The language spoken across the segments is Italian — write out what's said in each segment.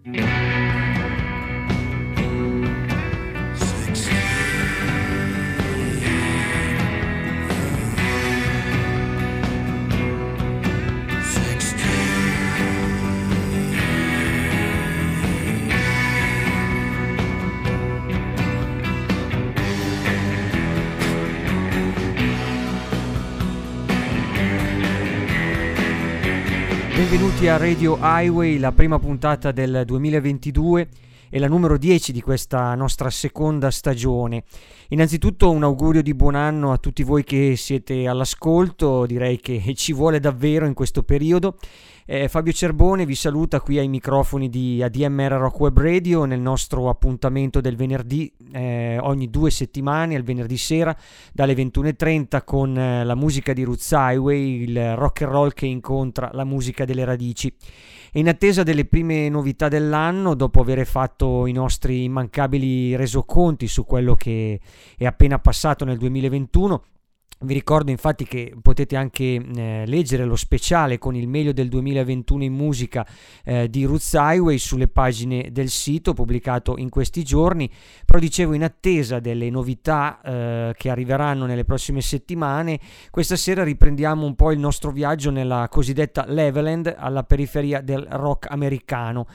Benvenuti a Radio Highway, la prima puntata del 2022 e la numero 10 di questa nostra seconda stagione. Innanzitutto un augurio di buon anno a tutti voi che siete all'ascolto, direi che ci vuole davvero in questo periodo. Fabio Cerbone vi saluta qui ai microfoni di ADMR Rock Web Radio nel nostro appuntamento del venerdì, ogni 2 settimane, al venerdì sera dalle 21:30 con la musica di Roots Highway, il rock and roll che incontra la musica delle radici. E in attesa delle prime novità dell'anno, dopo aver fatto i nostri immancabili resoconti su quello che è appena passato nel 2021, vi ricordo infatti che potete anche leggere lo speciale con il meglio del 2021 in musica di Roots Highway sulle pagine del sito, pubblicato in questi giorni. Però dicevo, in attesa delle novità che arriveranno nelle prossime settimane, questa sera riprendiamo un po' il nostro viaggio nella cosiddetta Leveland, alla periferia del rock americano.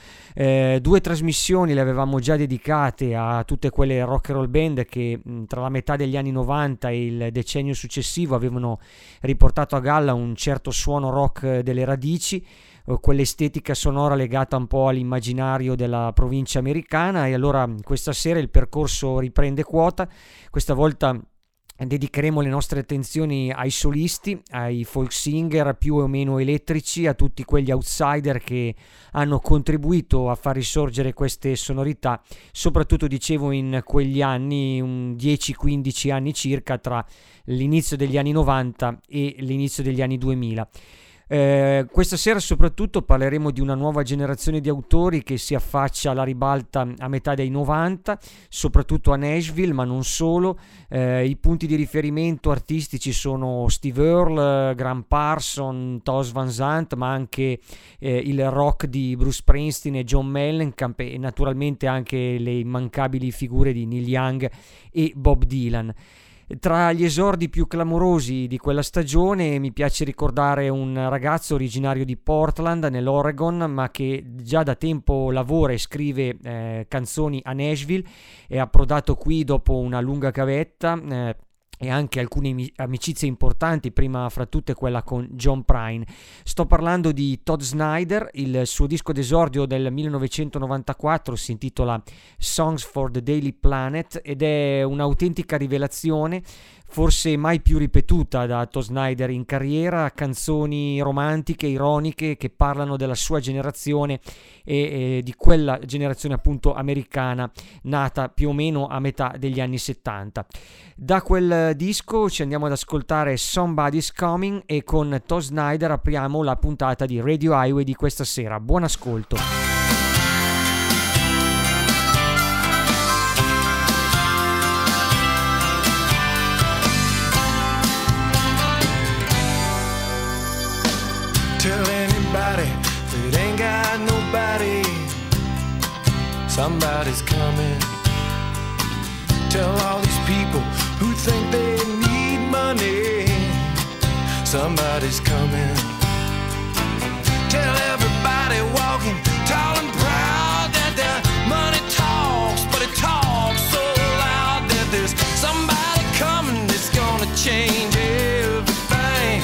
2 trasmissioni le avevamo già dedicate a tutte quelle rock and roll band che tra la metà degli anni 90 e il decennio successivo avevano riportato a galla un certo suono rock delle radici, quell'estetica sonora legata un po' all'immaginario della provincia americana. E allora questa sera il percorso riprende quota. Questa volta dedicheremo le nostre attenzioni ai solisti, ai folk singer più o meno elettrici, a tutti quegli outsider che hanno contribuito a far risorgere queste sonorità, soprattutto dicevo in quegli anni, 10-15 anni circa, tra l'inizio degli anni 90 e l'inizio degli anni 2000. Questa sera soprattutto parleremo di una nuova generazione di autori che si affaccia alla ribalta a metà dei 90, soprattutto a Nashville, ma non solo. I punti di riferimento artistici sono Steve Earle, Graham Parsons, Tos Van Sant, ma anche il rock di Bruce Springsteen e John Mellencamp, e naturalmente anche le immancabili figure di Neil Young e Bob Dylan. Tra gli esordi più clamorosi di quella stagione mi piace ricordare un ragazzo originario di Portland, nell'Oregon, ma che già da tempo lavora e scrive canzoni a Nashville. È approdato qui dopo una lunga gavetta e anche alcune amicizie importanti, prima fra tutte quella con John Prine. Sto parlando di Todd Snider. Il suo disco d'esordio del 1994 si intitola Songs for the Daily Planet ed è un'autentica rivelazione, forse mai più ripetuta da Todd Snider in carriera. Canzoni romantiche, ironiche, che parlano della sua generazione e di quella generazione appunto americana nata più o meno a metà degli anni 70. Da quel disco ci andiamo ad ascoltare Somebody's Coming e con Todd Snider apriamo la puntata di Radio Highway di questa sera. Buon ascolto. Tell anybody that ain't got nobody, somebody's coming. Tell all these people who think they need money, somebody's coming. Tell everybody walking tall and proud that their money talks, but it talks so loud that there's somebody coming that's gonna change everything.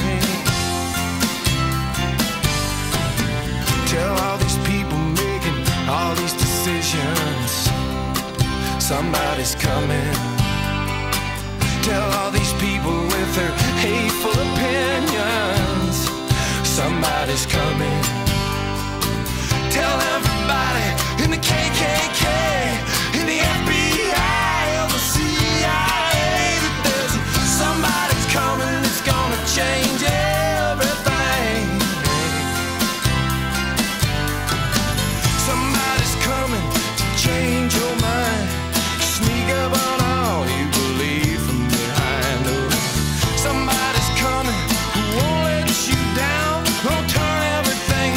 Tell all these people making all these decisions, somebody's coming. Tell all these people with their hateful opinions, somebody's coming. Tell everybody in the KKK, in the FBI, or the CIA that there's somebody's coming that's gonna change everything. Somebody's coming to change your mind, sneak up on all you believe from behind. Oh, somebody's coming who won't let you down, won't turn everything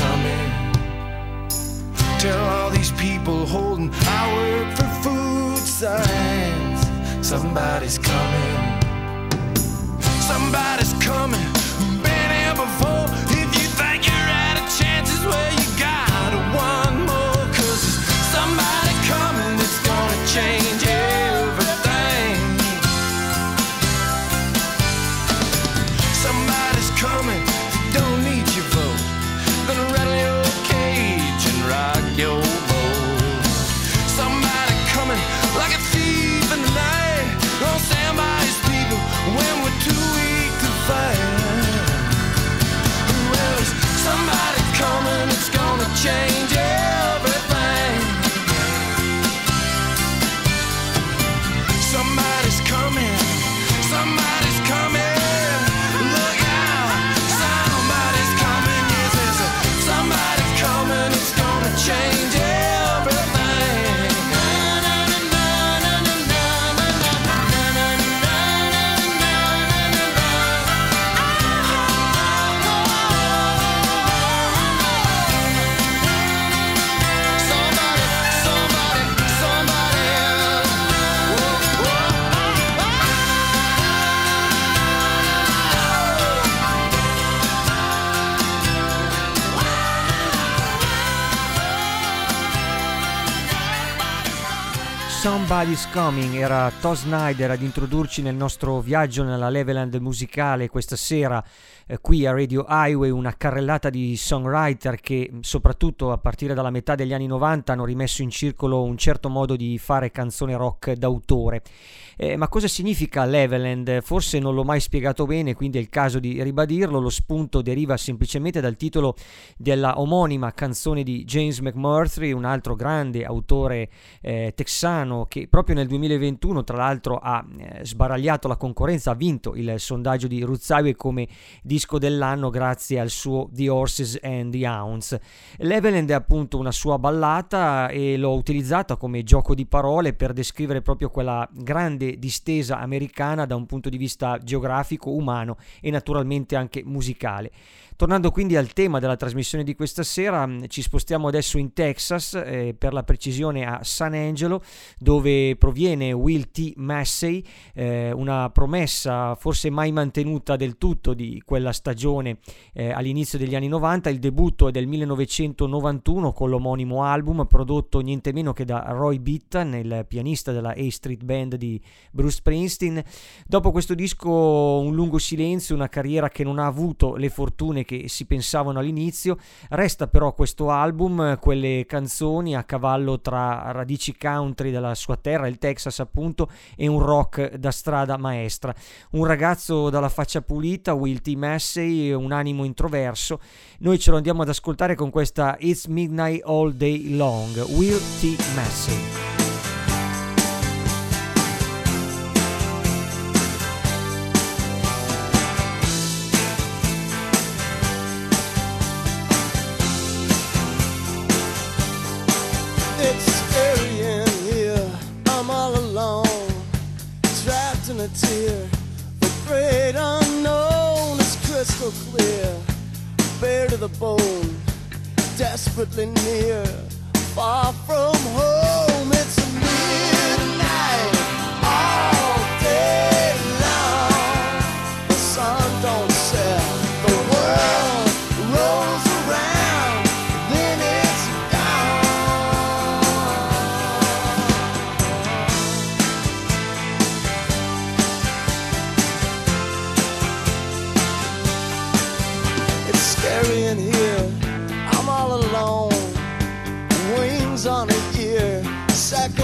coming. Tell all these people holding I work for food signs, somebody's coming. Somebody's coming, been here before. If you think you're out of chances, well, you got one more. 'Cause there's somebody coming that's gonna change everything. Somebody's coming, don't need your vote. Gonna rattle your cage and rock your boat. Somebody coming like a thief in the night. Gonna stand by his people when we're too weak to fight. Well, there's somebody coming that's gonna change everything. Somebody's coming, somebody's coming. Look out, somebody's coming. Yes, there's somebody coming that's gonna change everything. Somebody's Coming era Todd Snyder ad introdurci nel nostro viaggio nella Leveland musicale questa sera qui a Radio Highway, una carrellata di songwriter che soprattutto a partire dalla metà degli anni 90 hanno rimesso in circolo un certo modo di fare canzone rock d'autore. Ma cosa significa Leveland? Forse non l'ho mai spiegato bene, quindi è il caso di ribadirlo. Lo spunto deriva semplicemente dal titolo della omonima canzone di James McMurtry, un altro grande autore texano che proprio nel 2021 tra l'altro ha sbaragliato la concorrenza, ha vinto il sondaggio di Roots Highway come disco dell'anno grazie al suo The Horses and the Hounds. Leveland è appunto una sua ballata e l'ho utilizzata come gioco di parole per descrivere proprio quella grande distesa americana da un punto di vista geografico, umano e naturalmente anche musicale. Tornando quindi al tema della trasmissione di questa sera, ci spostiamo adesso in Texas, per la precisione a San Angelo, dove proviene Will T. Massey, una promessa forse mai mantenuta del tutto di quella stagione all'inizio degli anni 90. Il debutto è del 1991 con l'omonimo album prodotto niente meno che da Roy Bittan, il pianista della A Street Band di Bruce Springsteen. Dopo questo disco un lungo silenzio, una carriera che non ha avuto le fortune che si pensavano all'inizio. Resta però questo album, quelle canzoni a cavallo tra radici country della sua terra, il Texas appunto, e un rock da strada maestra. Un ragazzo dalla faccia pulita, Will T. Massey, un animo introverso. Noi ce lo andiamo ad ascoltare con questa It's Midnight All Day Long, Will T. Massey. A tear, the great unknown is crystal clear, bare to the bone, desperately near, far from home. It's a midnight all day long. The sun don't set, the world rolls around, then it's gone. Scary in here, I'm all alone, wings on a year, second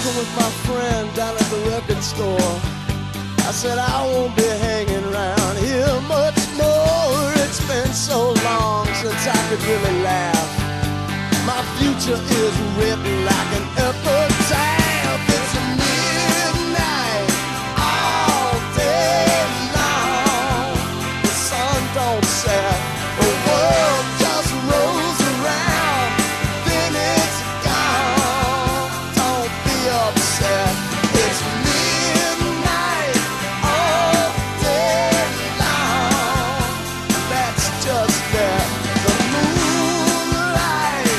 talking with my friend down at the record store. I said I won't be hanging around here much more. It's been so long since I could really laugh. My future is written like an epitaph. It's midnight all day long. The sun don't set, the world just rolls around. Then it's gone. Don't be upset. It's midnight all day long. That's just that. The moonlight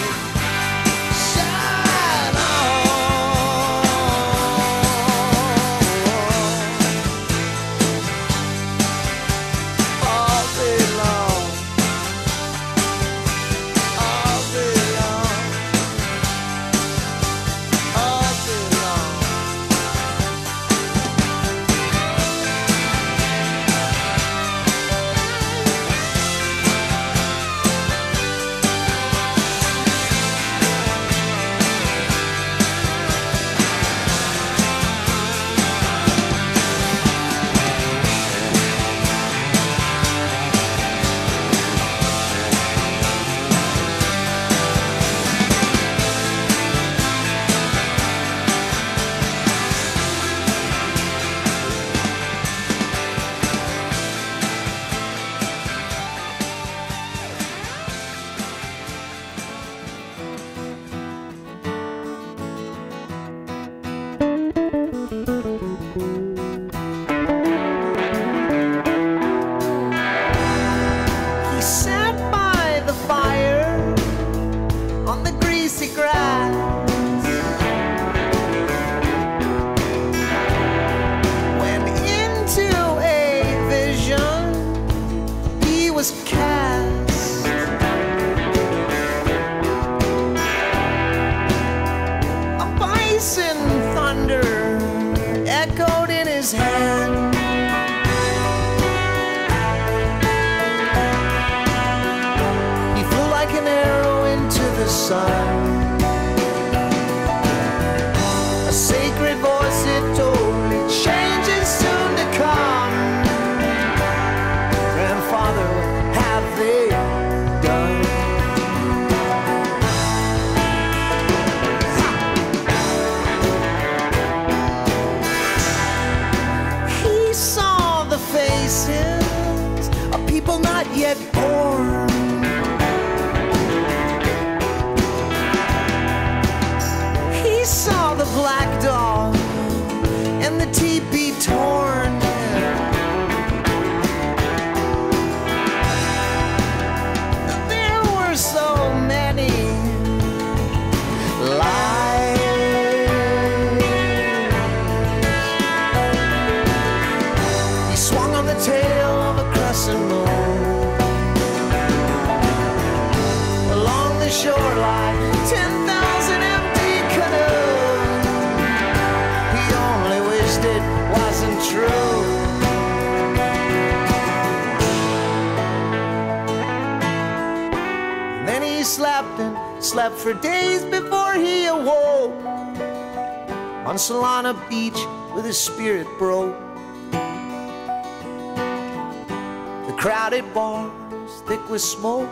shine on. All day long. All day long. All day long. He sat by the fire on the greasy grass. When into a vision he was cast. A bison thunder echoed in his hand. He flew like an arrow into the sun. A sacred voice it told me change is soon to come. Grandfather, what have they done? He saw the faces of people not yet born. He saw the black dog and the teepee torn. There were so many lives. He swung on the tail of a crescent moon along the shoreline. 10,000 empty canoes. He only wished it wasn't true. Then he slept and slept for days before he awoke on Solana Beach with his spirit broke. The crowded bar was thick with smoke.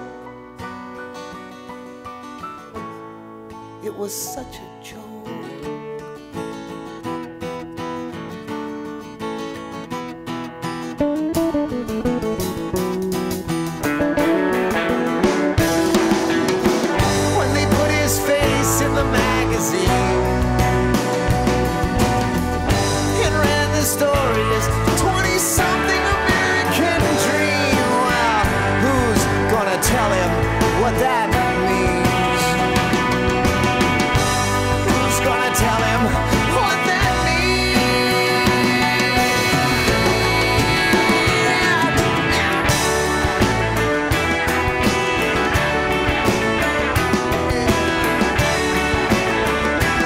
It was such a joke. When they put his face in the magazine and ran the story as 20-something American dream. Well, who's gonna tell him what that means? Who's gonna tell him what that means?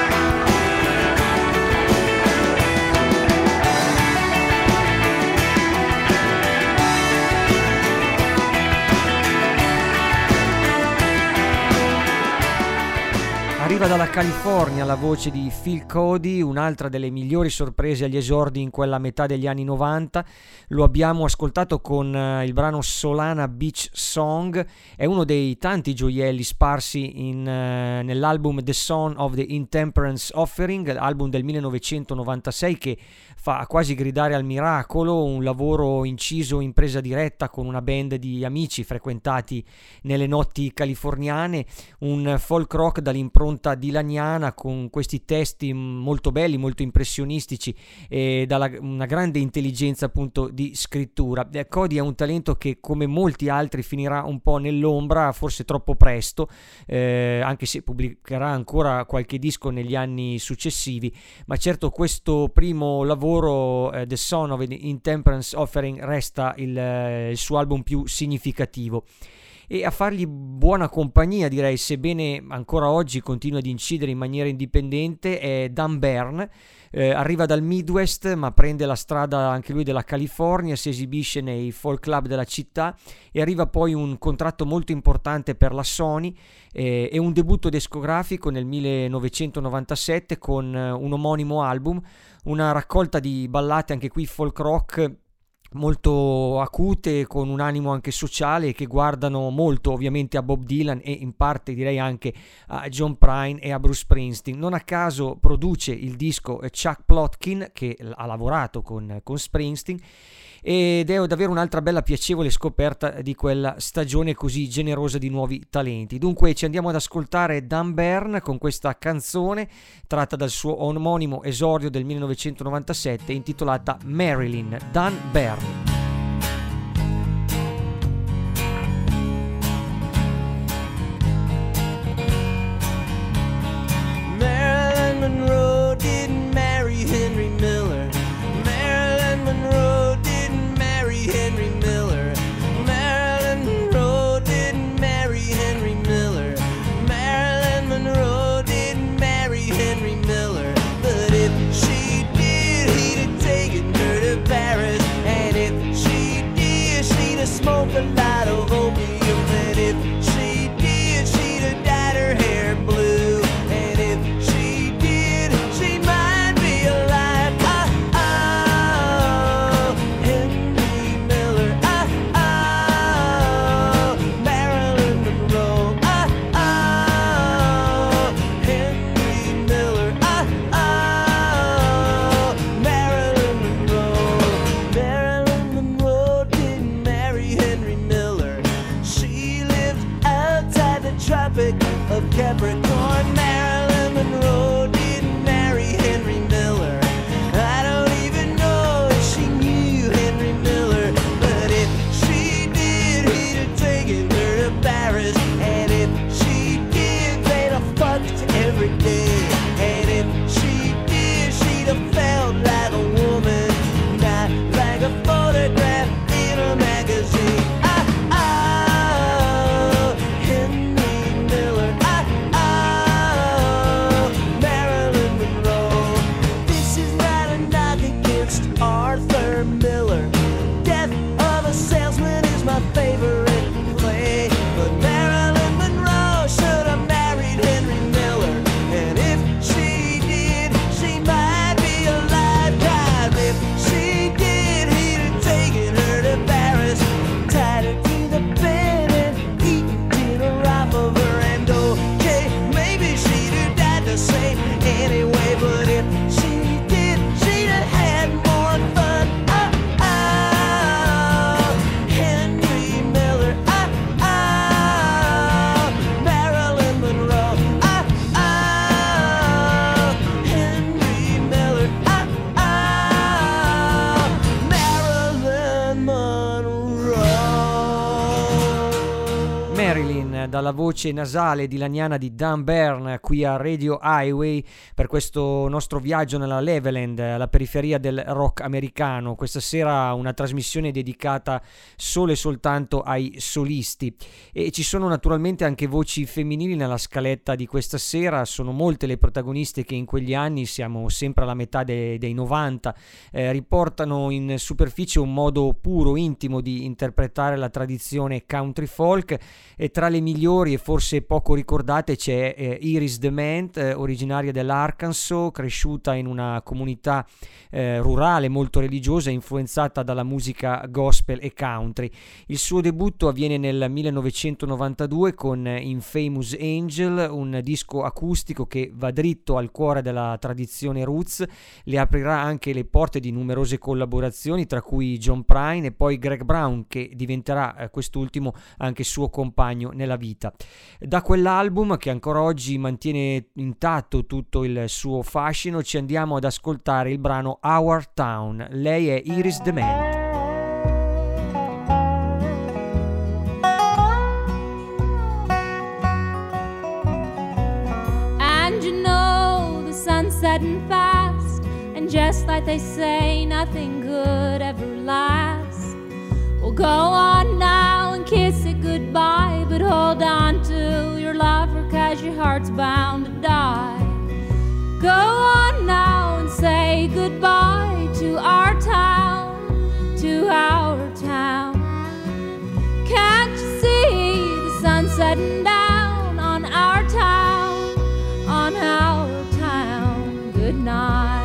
Arriva dalla California la voce di Phil Cody, un'altra delle migliori sorprese agli esordi in quella metà degli anni 90. Lo abbiamo ascoltato con il brano Solana Beach Song, è uno dei tanti gioielli sparsi nell'album The Son of the Intemperance Offering, album del 1996 che fa quasi gridare al miracolo, un lavoro inciso in presa diretta con una band di amici frequentati nelle notti californiane, un folk rock dall'impronta dilaniana con questi testi molto belli, molto impressionistici e una grande intelligenza appunto di scrittura. Cody è un talento che come molti altri finirà un po' nell'ombra, forse troppo presto, anche se pubblicherà ancora qualche disco negli anni successivi, ma certo questo primo lavoro, The Son of the Intemperance Offering, resta il suo album più significativo. E a fargli buona compagnia, direi, sebbene ancora oggi continua ad incidere in maniera indipendente, è Dan Bern. Arriva dal Midwest ma prende la strada anche lui della California, si esibisce nei folk club della città e arriva poi un contratto molto importante per la Sony e un debutto discografico nel 1997 con un omonimo album, una raccolta di ballate anche qui folk rock molto acute, con un animo anche sociale, che guardano molto ovviamente a Bob Dylan e in parte direi anche a John Prine e a Bruce Springsteen. Non a caso produce il disco Chuck Plotkin, che ha lavorato con Springsteen, ed è davvero un'altra bella piacevole scoperta di quella stagione così generosa di nuovi talenti. Dunque ci andiamo ad ascoltare Dan Bern con questa canzone tratta dal suo omonimo esordio del 1997 intitolata Marilyn. Dan Bern. Marilyn Monroe didn't marry Henry Miller. Marilyn Monroe didn't marry Henry Miller. Marilyn Monroe didn't marry Henry Miller. Marilyn Monroe didn't marry Henry Miller. But if she did, he'd have taken her to Paris. And if she did, she'd have smoked a lot of opium. And if she did, she'd have dyed her hair blue. And if she did, she might be alive. Henry Miller. Marilyn Monroe. Henry Miller. Marilyn Monroe. Marilyn Monroe didn't marry Henry Miller. She lived outside the Tropic of Capricorn. Marilyn Monroe didn't marry Henry Miller. I don't even know if she knew Henry Miller. But if she did, he'd have taken her to Paris. And if she did, they'd have fucked every day. And if she did, she'd have felt like a woman, not like a photograph in a magazine. Henry Miller. Marilyn Monroe. This is not a knock against Arthur Miller. Death of a Salesman is my favorite play. But Marilyn Monroe should have married Henry Miller. And if she did, she might be alive. God, if she did, he'd have taken her to Paris, tied her to the bed and eaten dinner off of her. And okay, maybe she'd have died the same anyway. But if she did, she'd have had more fun. Henry Miller. Marilyn Monroe. Henry Miller. Marilyn Monroe. Marilyn, dalla voce nasale dilaniana di Dan Bern qui a Radio Highway per questo nostro viaggio nella Leveland, alla periferia del rock americano. Questa sera una trasmissione dedicata solo e soltanto ai solisti, e ci sono naturalmente anche voci femminili nella scaletta di questa sera. Sono molte le protagoniste che in quegli anni, siamo sempre alla metà dei 90, riportano in superficie un modo puro, intimo di interpretare la tradizione country folk, e tra le migliori migliori e forse poco ricordate c'è Iris DeMent, originaria dell'Arkansas, cresciuta in una comunità rurale molto religiosa, influenzata dalla musica gospel e country. Il suo debutto avviene nel 1992 con Infamous Angel, un disco acustico che va dritto al cuore della tradizione roots, le aprirà anche le porte di numerose collaborazioni, tra cui John Prine e poi Greg Brown, che diventerà quest'ultimo anche suo compagno nella vita. Da quell'album, che ancora oggi mantiene intatto tutto il suo fascino, ci andiamo ad ascoltare il brano Our Town. Lei è Iris DeMent. And you know the sun's setting fast, and just like they say, nothing good ever lasts. Well, go on now and kiss it goodbye, but hold on to your lover, 'cause your heart's bound to die. Go on now and say goodbye to our town, to our town. Can't you see the sun setting down on our town, on our town? Good night.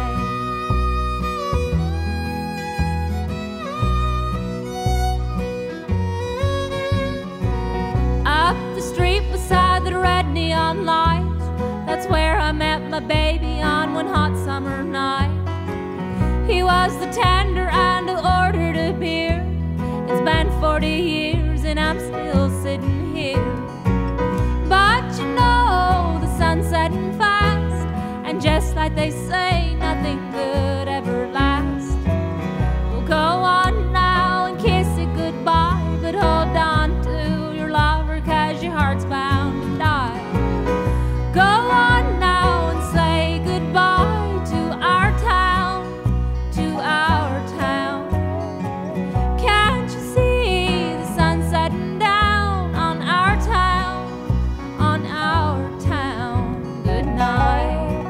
Up the street beside the red neon light, that's where I met my baby on one hot summer night. He was the tender and I ordered a beer. It's been 40 years and I'm still sitting here. But you know the sun's setting fast, and just like they say, nothing good ever lasts. Well, go on now and kiss it goodbye, but hold on to your lover, 'cause your heart's bound to die. Go on now and say goodbye to our town, to our town. Can't you see the sun setting down on our town, on our town? Good night.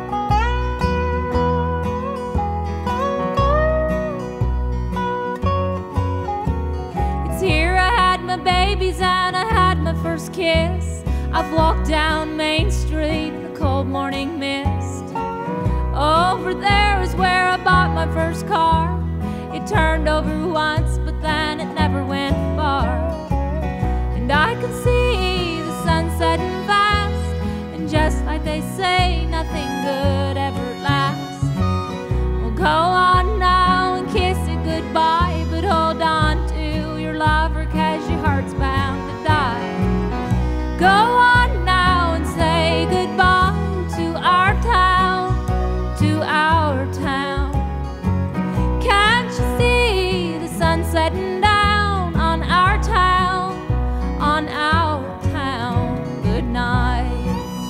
It's here I had my babies and I had my first kiss. I've walked down Main Street, the cold morning mist. Over there is where I bought my first car. It turned over once, but then it never went far. And I can see the sun setting fast, and just like they say, nothing good ever lasts. Well, go on now and kiss it goodbye, but hold on to your lover, 'cause your heart's bound to die. Go on now and say goodbye to our town, to our town. Can't you see the sun setting down on our town, on our town? Good night.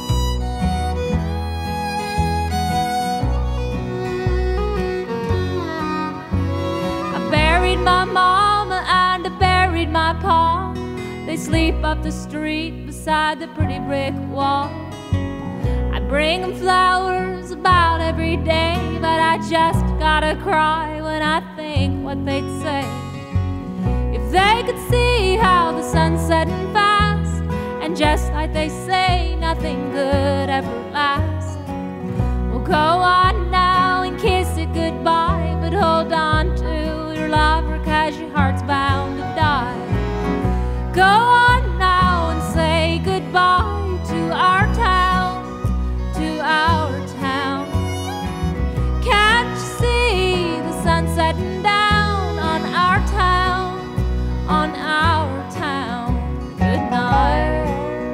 I buried my mama and I buried my pa. They sleep up the street beside the pretty brick wall. I bring them flowers about every day, but I just gotta cry when I think what they'd say. If they could see how the sun's setting fast, and just like they say, nothing good ever lasts. Well, go on now and kiss it goodbye, but hold on to your lover, 'cause your heart's bound to die. Go on now and say goodbye to our town, to our town. Can't you see the sun setting down on our town, on our town? Good night.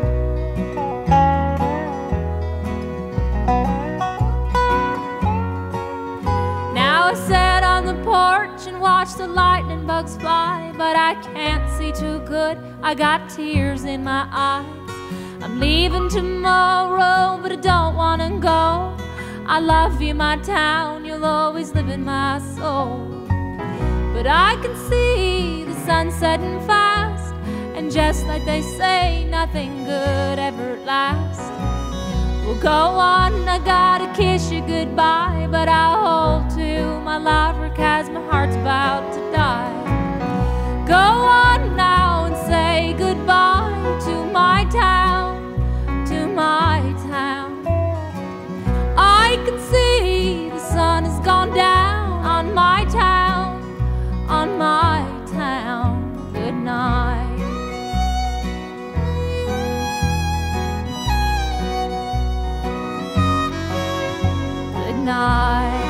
Now I sit on the porch and watch the lightning bugs fly, but I can't see too good, I got tears in my eyes. I'm leaving tomorrow, but I don't wanna go. I love you, my town, you'll always live in my soul. But I can see the sun setting fast, and just like they say, nothing good ever lasts. Well, go on, I gotta kiss you goodbye, but I'll hold to my lover, 'cause my heart's about to die. Go on now and say goodbye to my town, to my town. I can see the sun has gone down on my town, on my town. Good night. Good night.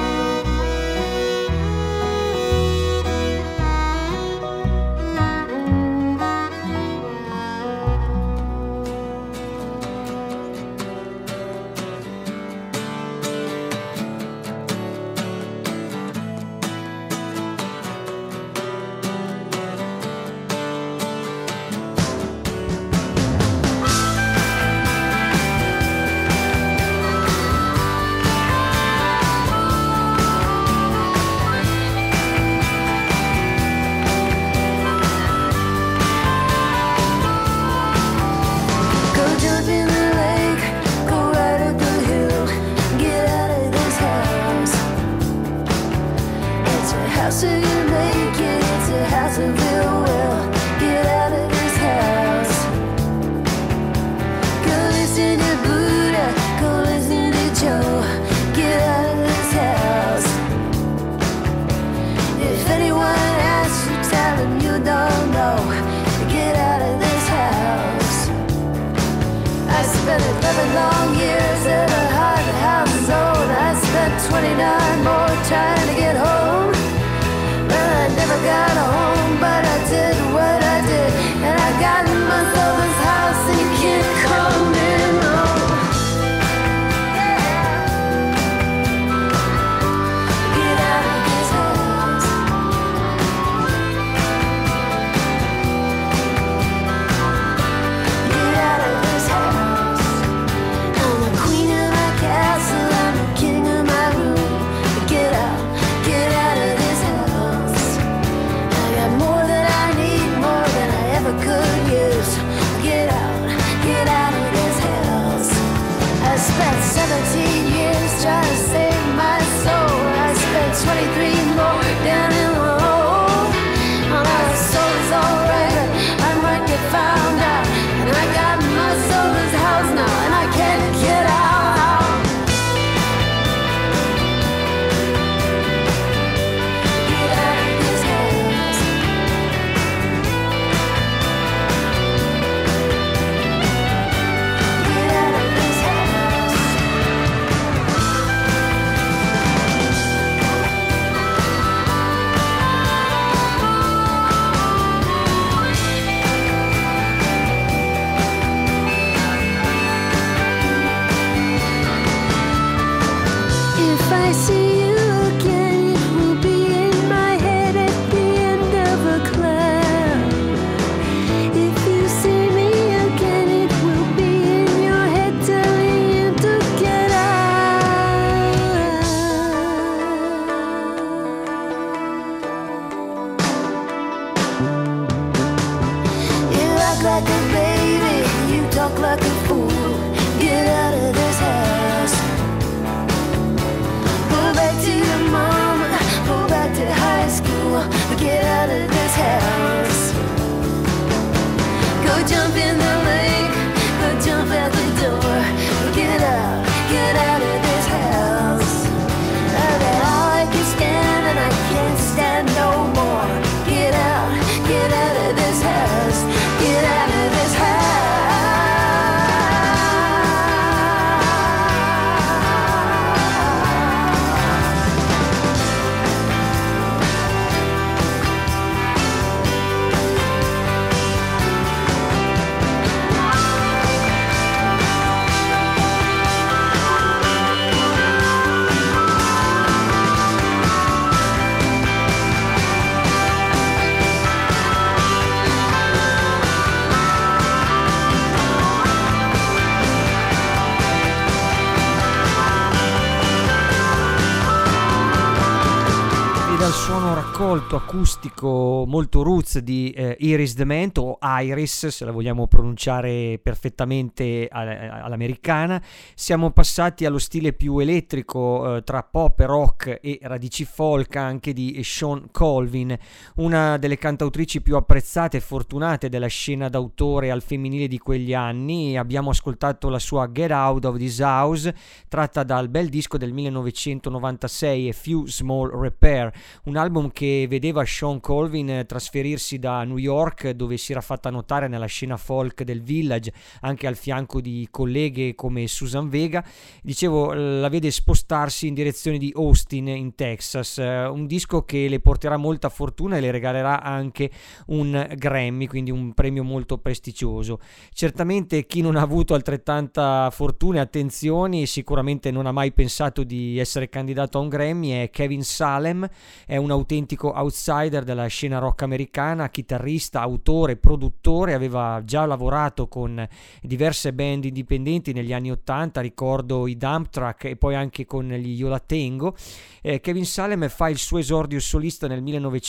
suono raccolto acustico molto roots di Iris DeMent, o Iris se la vogliamo pronunciare perfettamente all'americana. Siamo passati allo stile più elettrico tra pop e rock e radici folk anche di Shawn Colvin, una delle cantautrici più apprezzate e fortunate della scena d'autore al femminile di quegli anni. Abbiamo ascoltato la sua Get Out of This House, tratta dal bel disco del 1996 A Few Small Repair, un album che vedeva Shawn Colvin trasferirsi da New York, dove si era fatta notare nella scena folk del Village, anche al fianco di colleghe come Susan Vega. Dicevo, la vede spostarsi in direzione di Austin in Texas, un disco che le porterà molta fortuna e le regalerà anche un Grammy, quindi un premio molto prestigioso. Certamente chi non ha avuto altrettanta fortuna e attenzioni sicuramente non ha mai pensato di essere candidato a un Grammy è Kevin Salem. È un autentico outsider della scena rock americana, chitarrista, autore, produttore. Aveva già lavorato con diverse band indipendenti negli anni 80, ricordo i Dump Truck e poi anche con gli Io La Tengo. Kevin Salem fa il suo esordio solista nel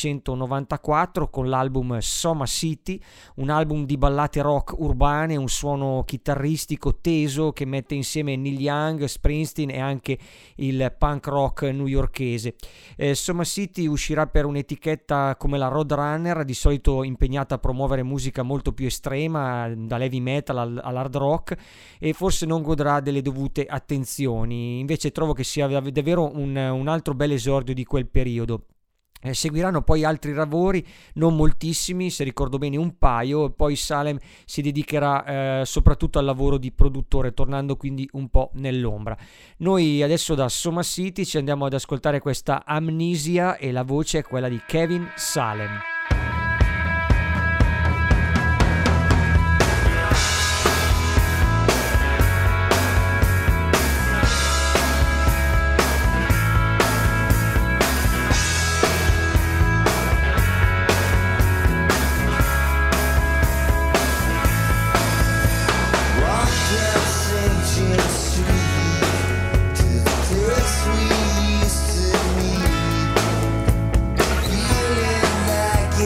1994 con l'album Soma City, un album di ballate rock urbane, un suono chitarristico teso che mette insieme Neil Young, Springsteen e anche il punk rock newyorkese. Soma City uscirà per un'etichetta come la Roadrunner, di solito impegnata a promuovere musica molto più estrema, dall'heavy metal all'hard rock, e forse non godrà delle dovute attenzioni. Invece trovo che sia davvero un altro bel esordio di quel periodo. Seguiranno poi altri lavori, non moltissimi, se ricordo bene un paio, e poi Salem si dedicherà soprattutto al lavoro di produttore, tornando quindi un po' nell'ombra. Noi adesso da Soma City ci andiamo ad ascoltare questa Amnesia e la voce è quella di Kevin Salem. Sweet to me, feeling like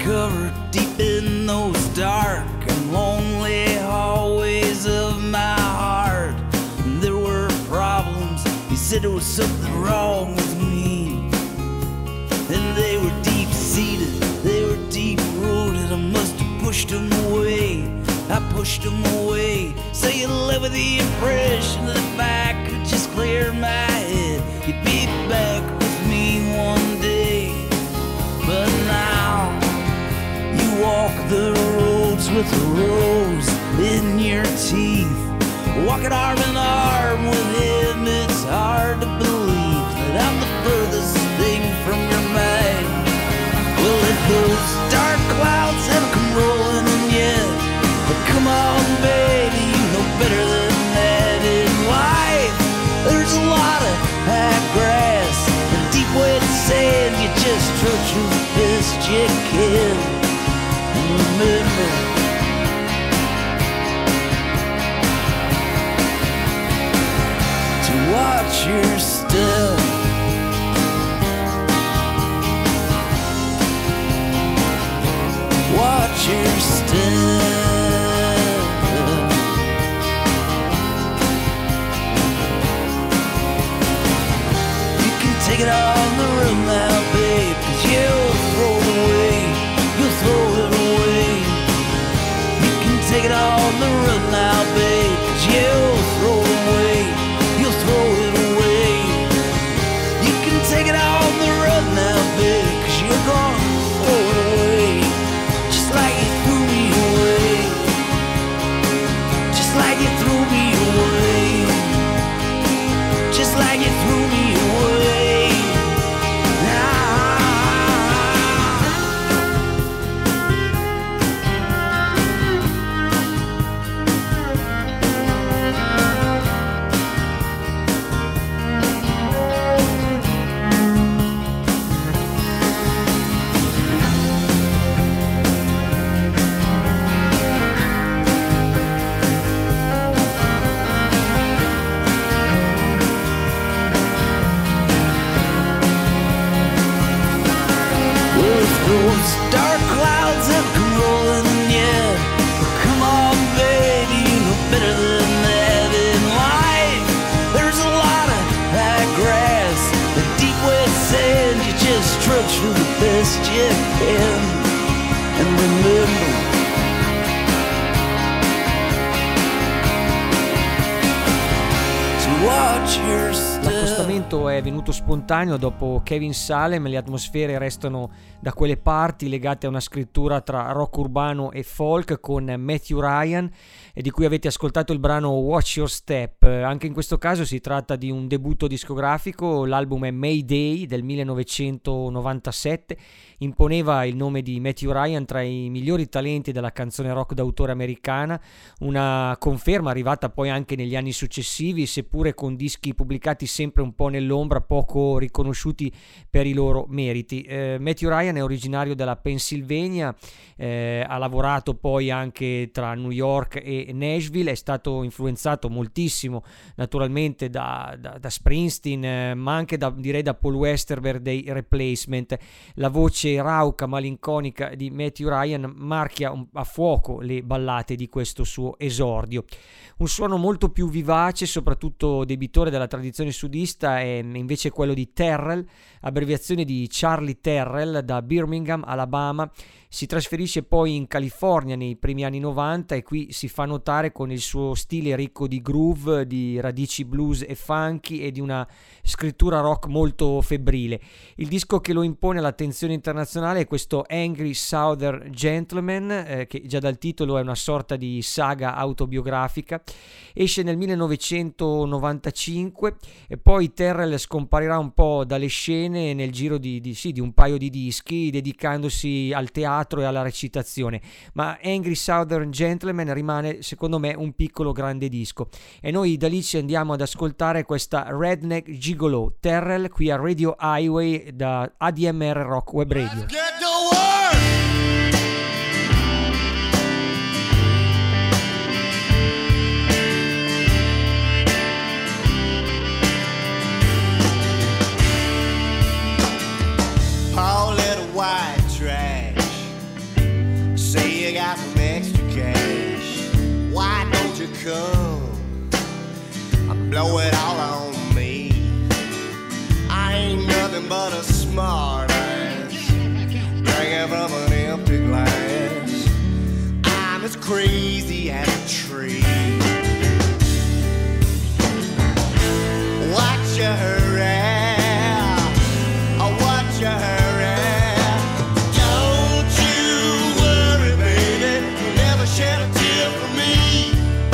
cover deep in those dark and lonely hallways of my heart. And there were problems, he said there was something wrong with me. And they were deep-seated, they were deep-rooted, I must have pushed them away. I pushed them away. So you live with the impression that if I could just clear my head, you'd be back with me one day. But now you walk the roads with a rose in your teeth, walking arm in arm with him. It's hard to believe that I'm the furthest thing from your mind. Well, if those dark clouds have come rolling in yet, but come on, baby, you know better than that in life. There's a lot of high grass and deep wet sand. You just trudge through the best you can. And remember, to watch your step. Watch your step. Take it on the room now, babe, 'cause you'll throw it away, you'll throw it away. You can take it on the room now, babe, 'cause you'll throw it away, you'll throw it away. You can take it on the room now, babe, 'cause you're gonna throw it away, just like you threw me away, just like you threw me away, just like you threw me away. Those dark clouds have come rolling, yeah. But come on, baby, you know better than that in life. There's a lot of high grass and deep wet sand. You just trudge through the best you can. And remember, to watch your step. L'accostamento è venuto spontaneo dopo Kevin Salem. Le atmosfere restano da quelle parti legate a una scrittura tra rock urbano e folk con Matthew Ryan, di cui avete ascoltato il brano Watch Your Step. Anche in questo caso si tratta di un debutto discografico. L'album è Mayday del 1997, imponeva il nome di Matthew Ryan tra i migliori talenti della canzone rock d'autore americana, una conferma arrivata poi anche negli anni successivi, seppure con dischi pubblicati sempre un po' nell'ombra, poco riconosciuti per i loro meriti. Matthew Ryan è originario della Pennsylvania, ha lavorato poi anche tra New York e Nashville, è stato influenzato moltissimo naturalmente da Springsteen, ma anche direi da Paul Westerberg dei Replacement. La voce rauca, malinconica di Matthew Ryan marchia a fuoco le ballate di questo suo esordio. Un suono molto più vivace, soprattutto debitore della tradizione sudista, è invece quello di Terrell, abbreviazione di Charlie Terrell, da Birmingham, Alabama. Si trasferisce poi in California nei primi anni 90 e qui si fa notare con il suo stile ricco di groove, di radici blues e funky e di una scrittura rock molto febbrile. Il disco che lo impone all'attenzione internazionale è questo Angry Southern Gentleman, che già dal titolo è una sorta di saga autobiografica. Esce nel 1995 e poi Terrell scomparirà un po' dalle scene nel giro di un paio di dischi, dedicandosi al teatro e alla recitazione, ma Angry Southern Gentleman rimane secondo me un piccolo grande disco e noi da lì ci andiamo ad ascoltare questa Redneck Gigolo, Terrell, qui a Radio Highway da ADMR Rock Web Radio. All that white trash got some extra cash. Why don't you come? Blow it all on me. I ain't nothing but a smart ass, drinking from an empty glass. I'm as crazy as a tree. Watch your hurry, watch your hurry. Don't you worry, baby, you never shed a tear for me.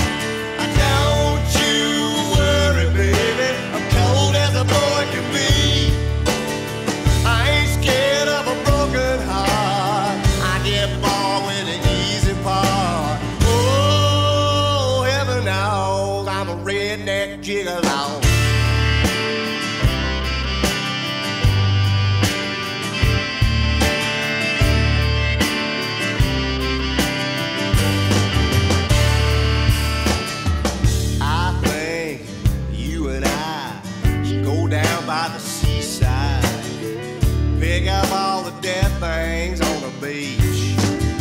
Things on the beach.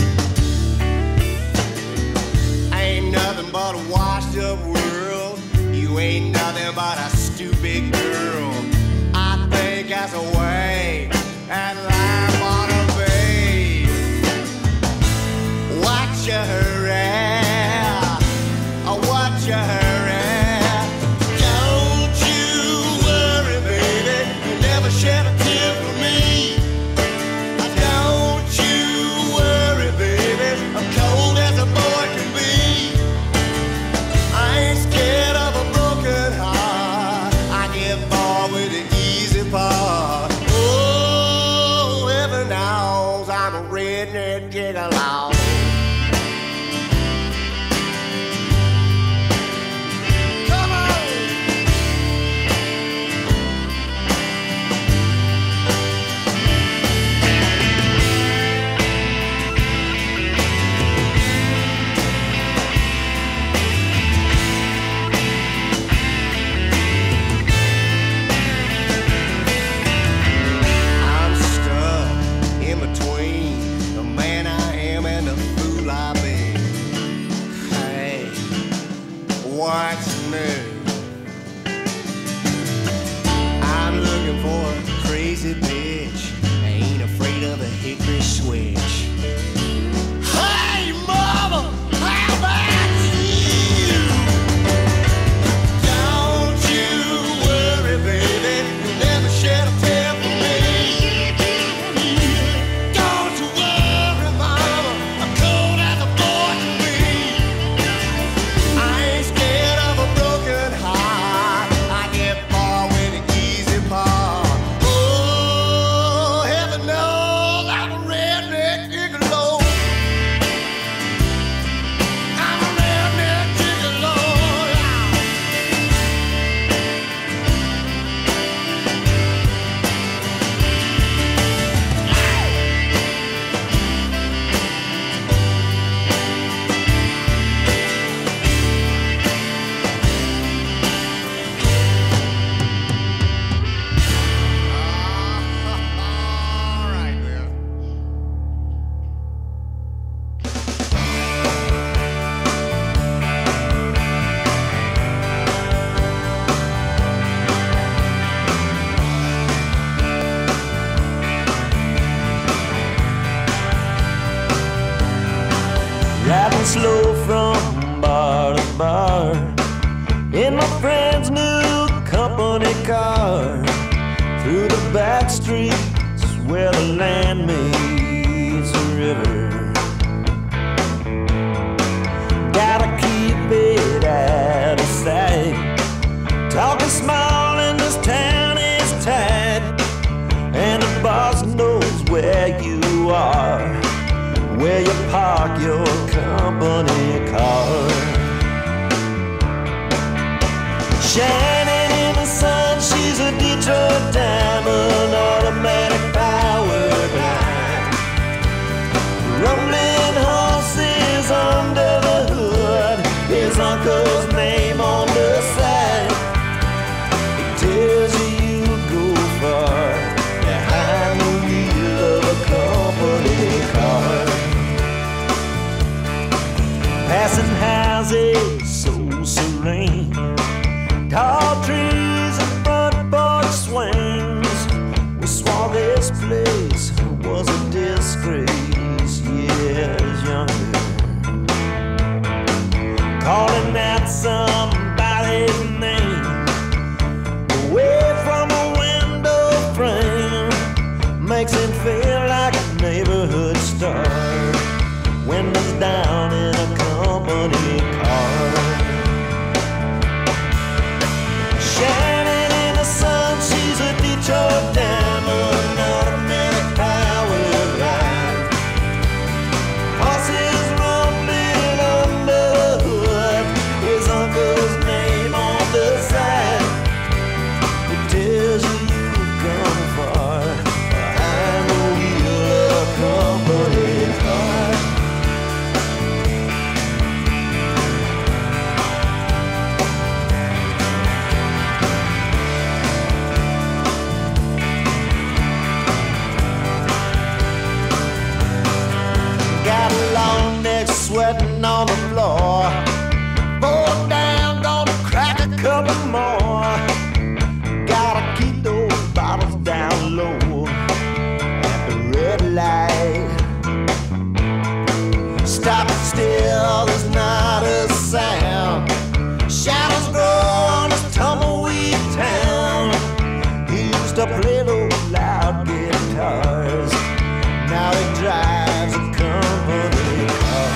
Ain't nothing but a washed up world. You ain't nothing but a stupid girl. I think that's a way that life ought to be. Watch you hurry, watch you hurry. Don't you worry, baby, you never shed a tear for me. Riding slow from bar to bar in my friend's new company car, through the back streets where the land meets the river. Gotta keep it out of sight, talking small in this town is tight, and the boss knows where you are, where you park your company car. Shining in the sun, she's a Detroit diamond, automatic power line. Rumbling horses under the hood, his uncle's name on the side. It tells you you'll go far behind the wheel of a company car. Glass and houses so serene, tall trees and front porch swings. We swore this place was a disgrace years younger. Calling out somebody's name away from a window frame makes it feel like a neighborhood star. Windows down in a company car, shining in the sun. She's a Detroit diamond, automatic power ride. Horses rumbling under the hood, his uncle's name on the side. It tells you you've gone far behind the wheel of a company car. Got a long neck sweating on the floor. Fall down, gonna crack a couple more. Gotta keep those bottles down low at the red light. Stop still, there's not a sound. Shadows grow on this tumbleweed town. He used to play those loud guitars. Now he drives a company car.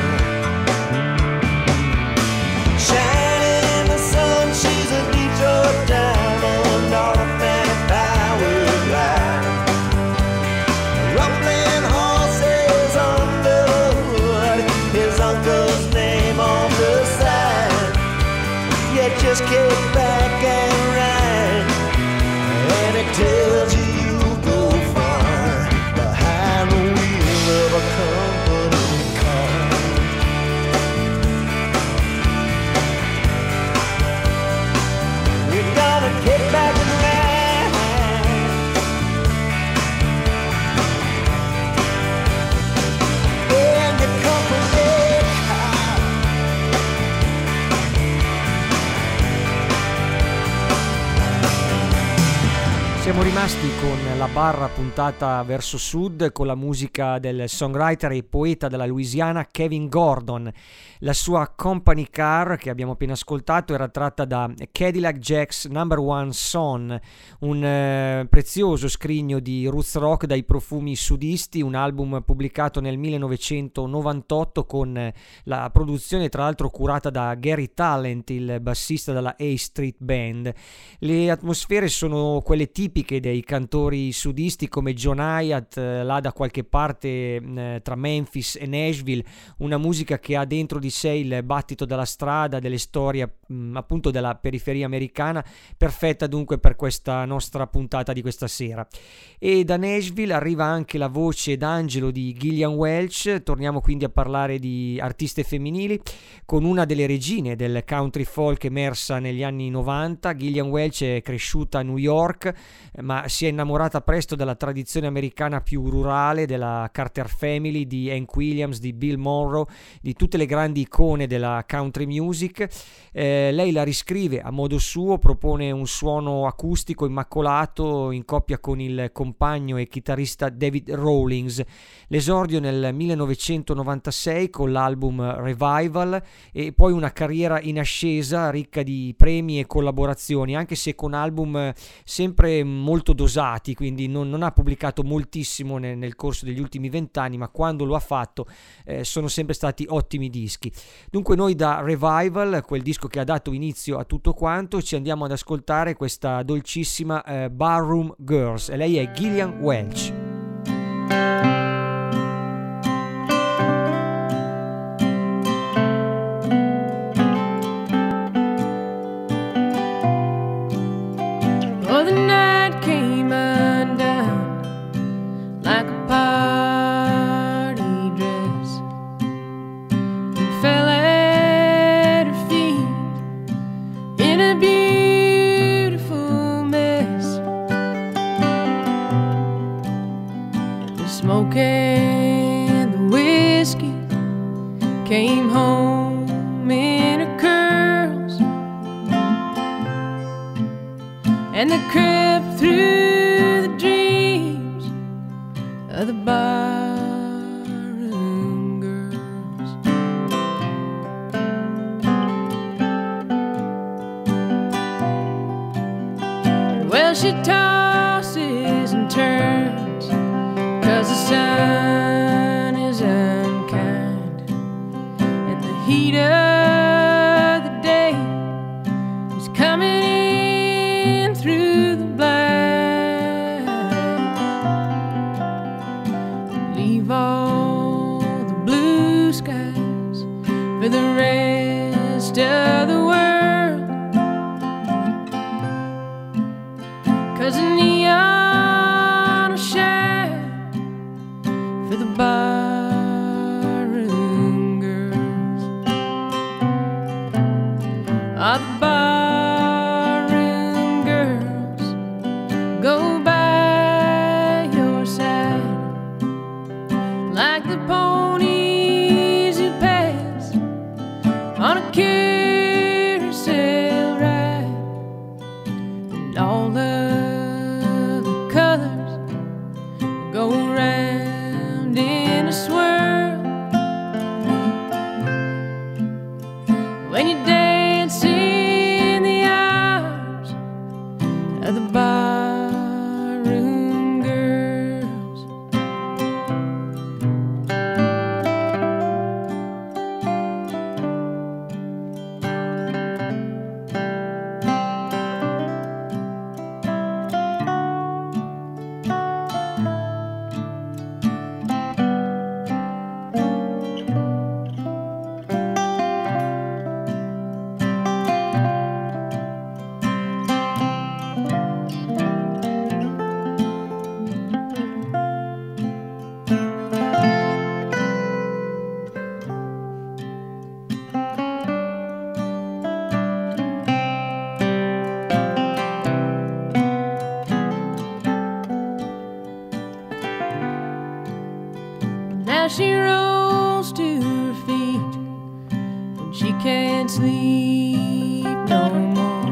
Shining in the sun, she's a Detroit diamond, automatic power ride. Rumbling horses under the hood, his uncle's name on the side. You just kick back and ride, and it tells you go far behind the wheel of a company car. You're gonna kick back and ride in your company car. Siamo rimasti con la barra puntata verso sud con la musica del songwriter e poeta della Louisiana Kevin Gordon. La sua Company Car, che abbiamo appena ascoltato, era tratta da Cadillac Jack's Number One Son, un prezioso scrigno di roots rock dai profumi sudisti, un album pubblicato nel 1998 con la produzione tra l'altro curata da Gary Talent, il bassista della A Street Band. Le atmosfere sono quelle tipiche dei cantori sudisti come John Hiatt, là da qualche parte tra Memphis e Nashville, una musica che ha dentro di sé il battito della strada, delle storie appunto della periferia americana, perfetta dunque per questa nostra puntata di questa sera. E da Nashville arriva anche la voce d'angelo di Gillian Welch. Torniamo quindi a parlare di artiste femminili con una delle regine del country folk emersa negli anni 90. Gillian Welch è cresciuta a New York, ma si è innamorata presto della tradizione americana più rurale, della Carter Family, di Hank Williams, di Bill Monroe, di tutte le grandi icone della country music. Lei la riscrive a modo suo, propone un suono acustico immacolato in coppia con il compagno e chitarrista David Rawlings. L'esordio nel 1996 con l'album Revival e poi una carriera in ascesa ricca di premi e collaborazioni, anche se con album sempre molto dosati, quindi non ha pubblicato moltissimo nel corso degli ultimi 20 anni, ma quando lo ha fatto sono sempre stati ottimi dischi. Dunque noi da Revival, quel disco che ha dato inizio a tutto quanto, ci andiamo ad ascoltare questa dolcissima Barroom Girls, e lei è Gillian Welch. Oh, the night came undone like a party dress and fell at her feet in a beautiful mess. The smoke and the whiskey came home and that crept through the dreams of the barroom girls. Well, she tosses and turns 'cause the sun is unkind, and the heat of the day is coming in through the blinds. Leave all the blue skies for the rest of the world, 'cause the neon will shine for the barroom girls. All the barroom girls go by your side like the ponies who pass on a carousel ride, and all of the colors go round in a swirl when you dance in the arms of the barroom girls. Now she rolls to her feet when she can't sleep no more.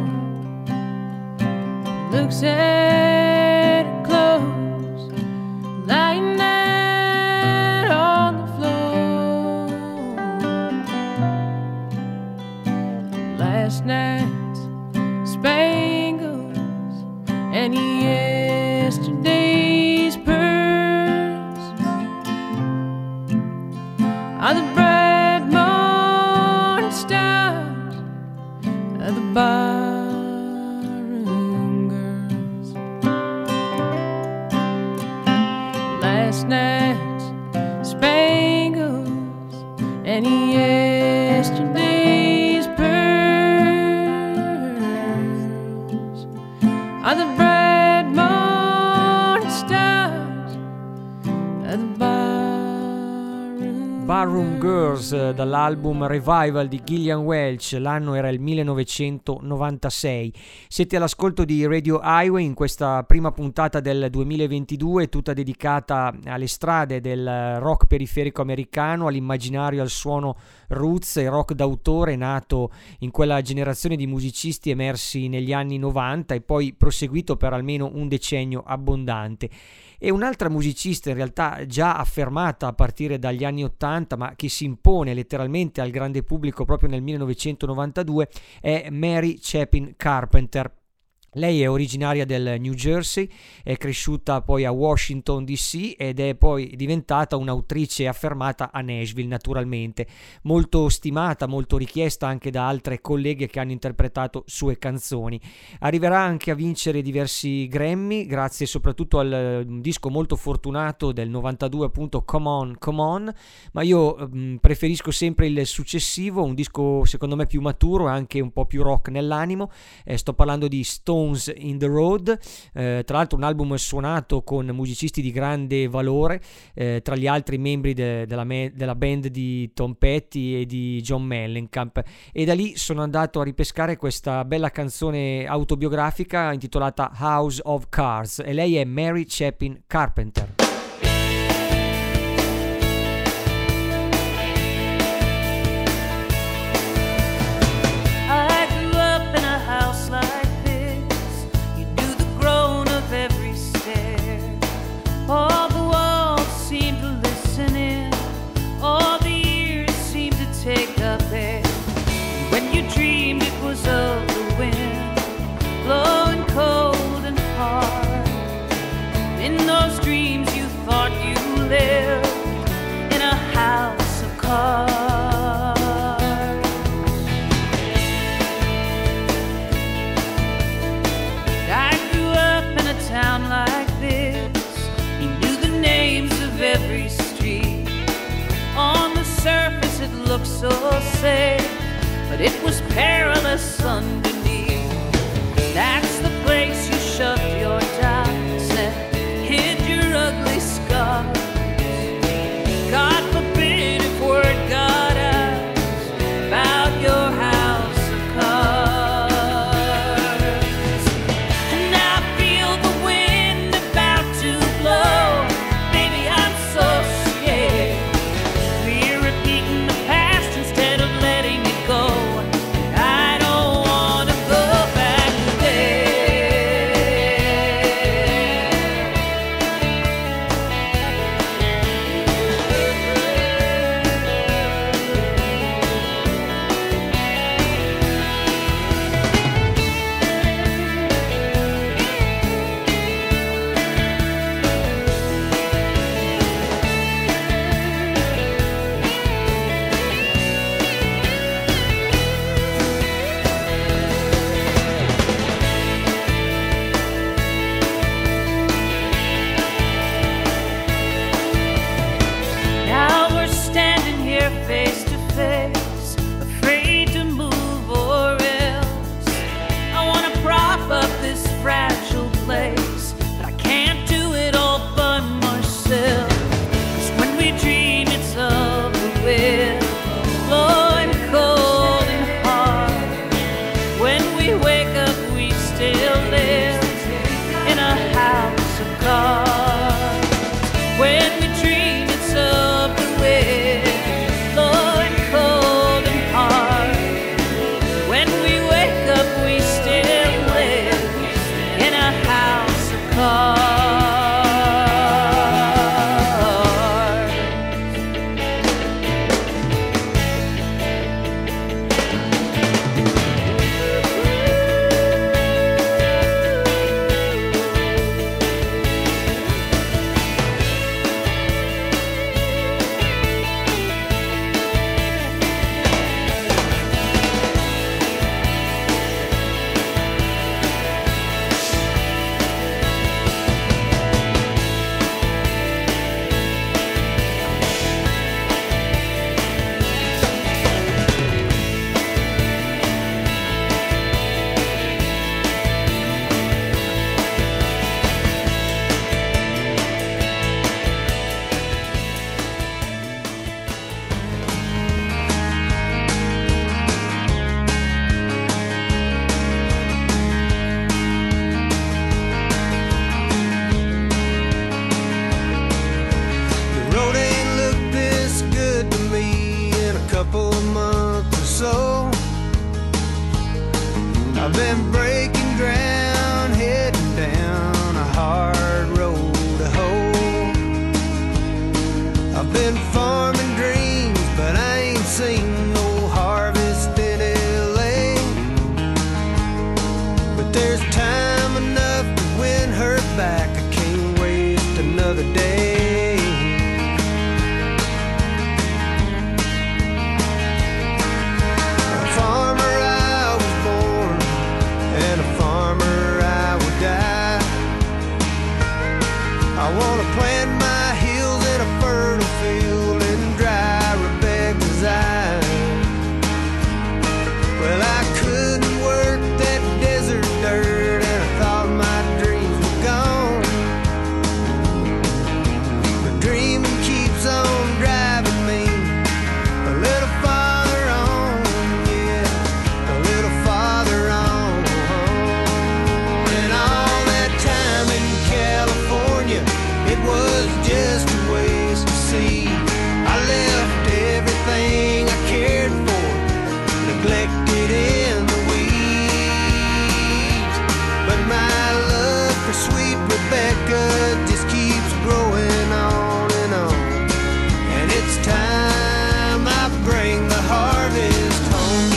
Looks at her clothes lying out on the floor. Last night's spangles and yesterday's pearls are the bright morning stars of the barroom girls. Last night's spangles and yesterday's pearls are the bright morning stars of the Barroom Girls dall'album Revival di Gillian Welch, l'anno era il 1996. Siete all'ascolto di Radio Highway in questa prima puntata del 2022, tutta dedicata alle strade del rock periferico americano, all'immaginario, al suono roots e rock d'autore nato in quella generazione di musicisti emersi negli anni 90 e poi proseguito per almeno un decennio abbondante. E un'altra musicista in realtà già affermata a partire dagli anni 80 ma che si impone letteralmente al grande pubblico proprio nel 1992 è Mary Chapin Carpenter. Lei è originaria del New Jersey, è cresciuta poi a Washington DC ed è poi diventata un'autrice affermata a Nashville, naturalmente, molto stimata, molto richiesta anche da altre colleghe che hanno interpretato sue canzoni. Arriverà anche a vincere diversi Grammy grazie soprattutto al disco molto fortunato del 92, appunto Come On, Come On, ma io preferisco sempre il successivo, un disco secondo me più maturo e anche un po' più rock nell'animo. Sto parlando di Stone in the Road, tra l'altro un album suonato con musicisti di grande valore, tra gli altri membri della band di Tom Petty e di John Mellencamp, e da lì sono andato a ripescare questa bella canzone autobiografica intitolata House of Cards, e lei è Mary Chapin Carpenter. I grew up in a house like this. You do looked so safe, but it was perilous underneath. That's the place you shoved your doubts and hid your ugly scars. God forbid if word got out about your house of cards. And I feel the wind about to blow. Baby, I'm so scared. We're repeating the past instead of letting it go. I don't want to go back there. Now we're standing here face to face, afraid to move or else. I wanna prop up this fragile place, but I can't do it all by myself. 'Cause when we dream it's over with, blowing cold and hard. When we wake up we still live in a house of cards. When we dream it's over with, blowing cold and hard. When we wake up we still live in a house of cards. The road ain't looked this good to me in a couple of months or so. I've been breaking ground, heading down a hard road to hoe. I've been farming dreams, but I ain't seen no harvest in LA. But there's time enough to win her back. I can't waste another day. A farmer I was born, and a farmer I would die. I want to plant my hills in a fertile field and dry Rebecca's eyes. Well, I couldn't work that desert dirt, and I thought my dreams were gone. But dreaming keeps on driving me a little farther on, yeah, a little farther on. And all that time in California, it was just a waste to see. I left everything I cared for, neglected in the weeds. But my love for sweet Rebecca just keeps growing on and on. And it's time I bring the harvest home.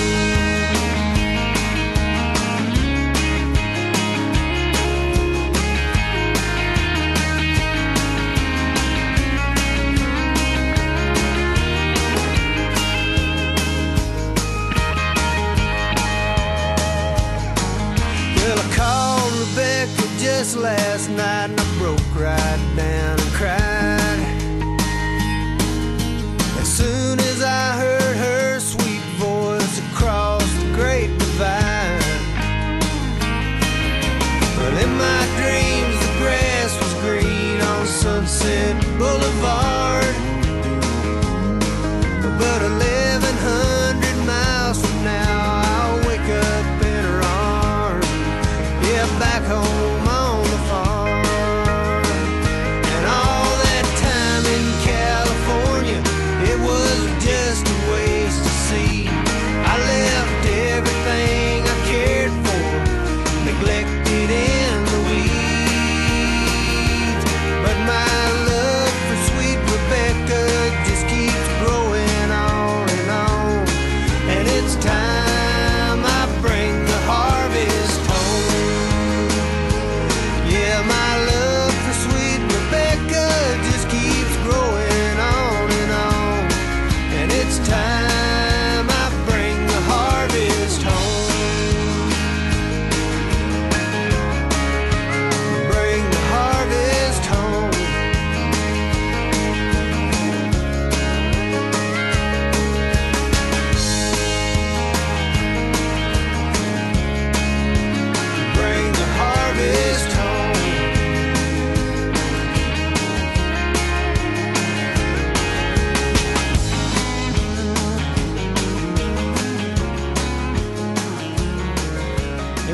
Well, I called Rebecca just last night and I broke right down and cried. As soon as I heard her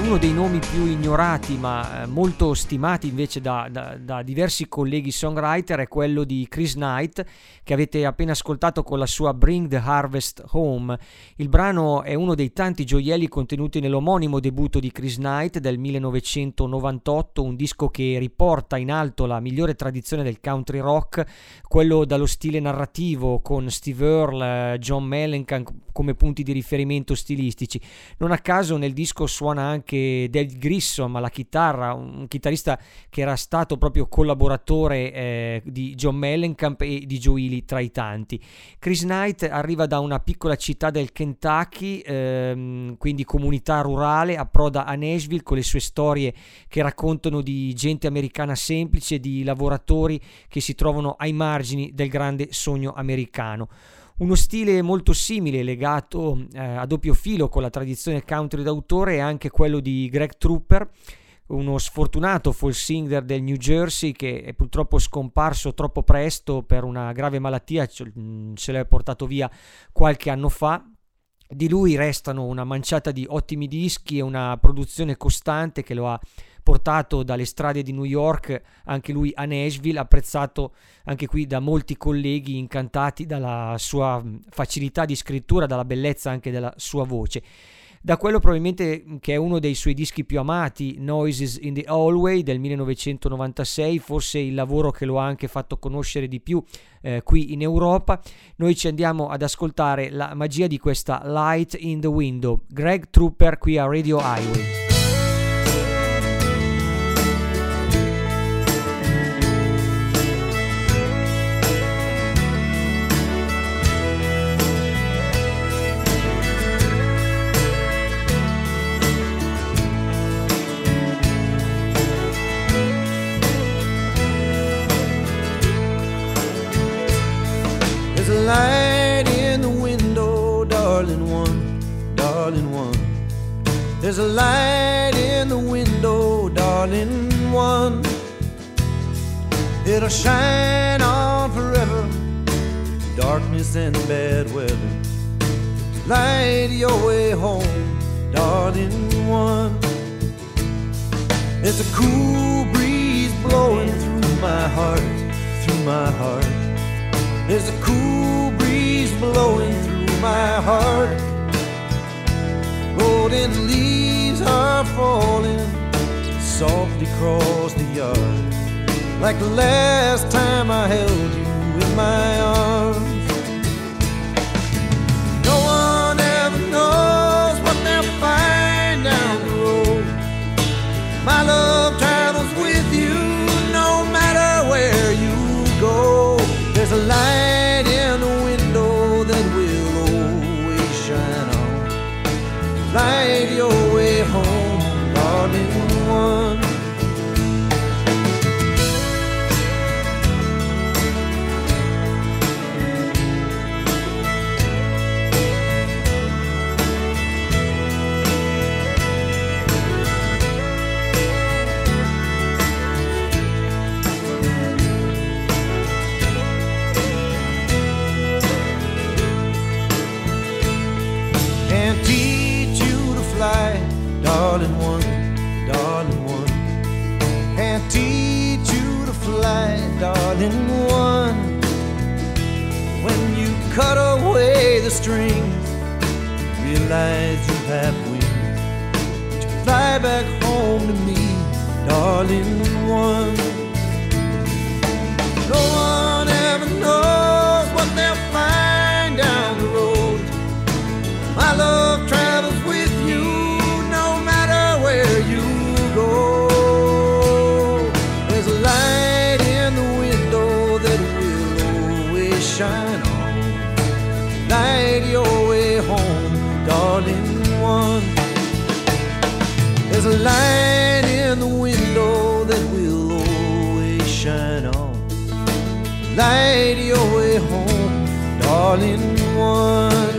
uno dei nomi più ignorati ma molto stimati invece da diversi colleghi songwriter è quello di Chris Knight, che avete appena ascoltato con la sua Bring the Harvest Home. Il brano è uno dei tanti gioielli contenuti nell'omonimo debutto di Chris Knight del 1998, un disco che riporta in alto la migliore tradizione del country rock, quello dallo stile narrativo, con Steve Earle, John Mellencamp come punti di riferimento stilistici. Non a caso nel disco suona anche David Grissom alla chitarra, un chitarrista che era stato proprio collaboratore di John Mellencamp e di Joe Ely tra i tanti. Chris Knight arriva da una piccola città del Kentucky, quindi comunità rurale, approda a Nashville con le sue storie che raccontano di gente americana semplice, di lavoratori che si trovano ai margini del grande sogno americano. Uno stile molto simile, legato a doppio filo con la tradizione country d'autore, è anche quello di Greg Trooper, uno sfortunato folk singer del New Jersey che è purtroppo scomparso troppo presto per una grave malattia, se l'è portato via qualche anno fa. Di lui restano una manciata di ottimi dischi e una produzione costante che lo ha portato dalle strade di New York anche lui a Nashville, apprezzato anche qui da molti colleghi incantati dalla sua facilità di scrittura, dalla bellezza anche della sua voce. Da quello probabilmente che è uno dei suoi dischi più amati, Noises in the Hallway del 1996, forse il lavoro che lo ha anche fatto conoscere di più qui in Europa, noi ci andiamo ad ascoltare la magia di questa Light in the Window. Greg Trooper qui a Radio Highway. Light in the window, darling one, darling one. There's a light in the window, darling one. It'll shine on forever, darkness and bad weather. Light your way home, darling one. There's a cool breeze blowing through my heart, through my heart. There's a cool breeze blowing through my heart. Golden leaves are falling softly across the yard, like the last time I held you in my arms. No one ever knows what they'll find down the road. My love travels with you no matter where you go. There's a light in the window that will always shine on. Light your way home, darling one. Darling one, darling one. Can't teach you to fly, darling one. When you cut away the strings, realize you have wings to fly back home to me, darling one. No one ever knows what they'll find down the road. My love travels with you where you go. There's a light in the window that will always shine on. Light your way home, darling one. There's a light in the window that will always shine on. Light your way home, darling one.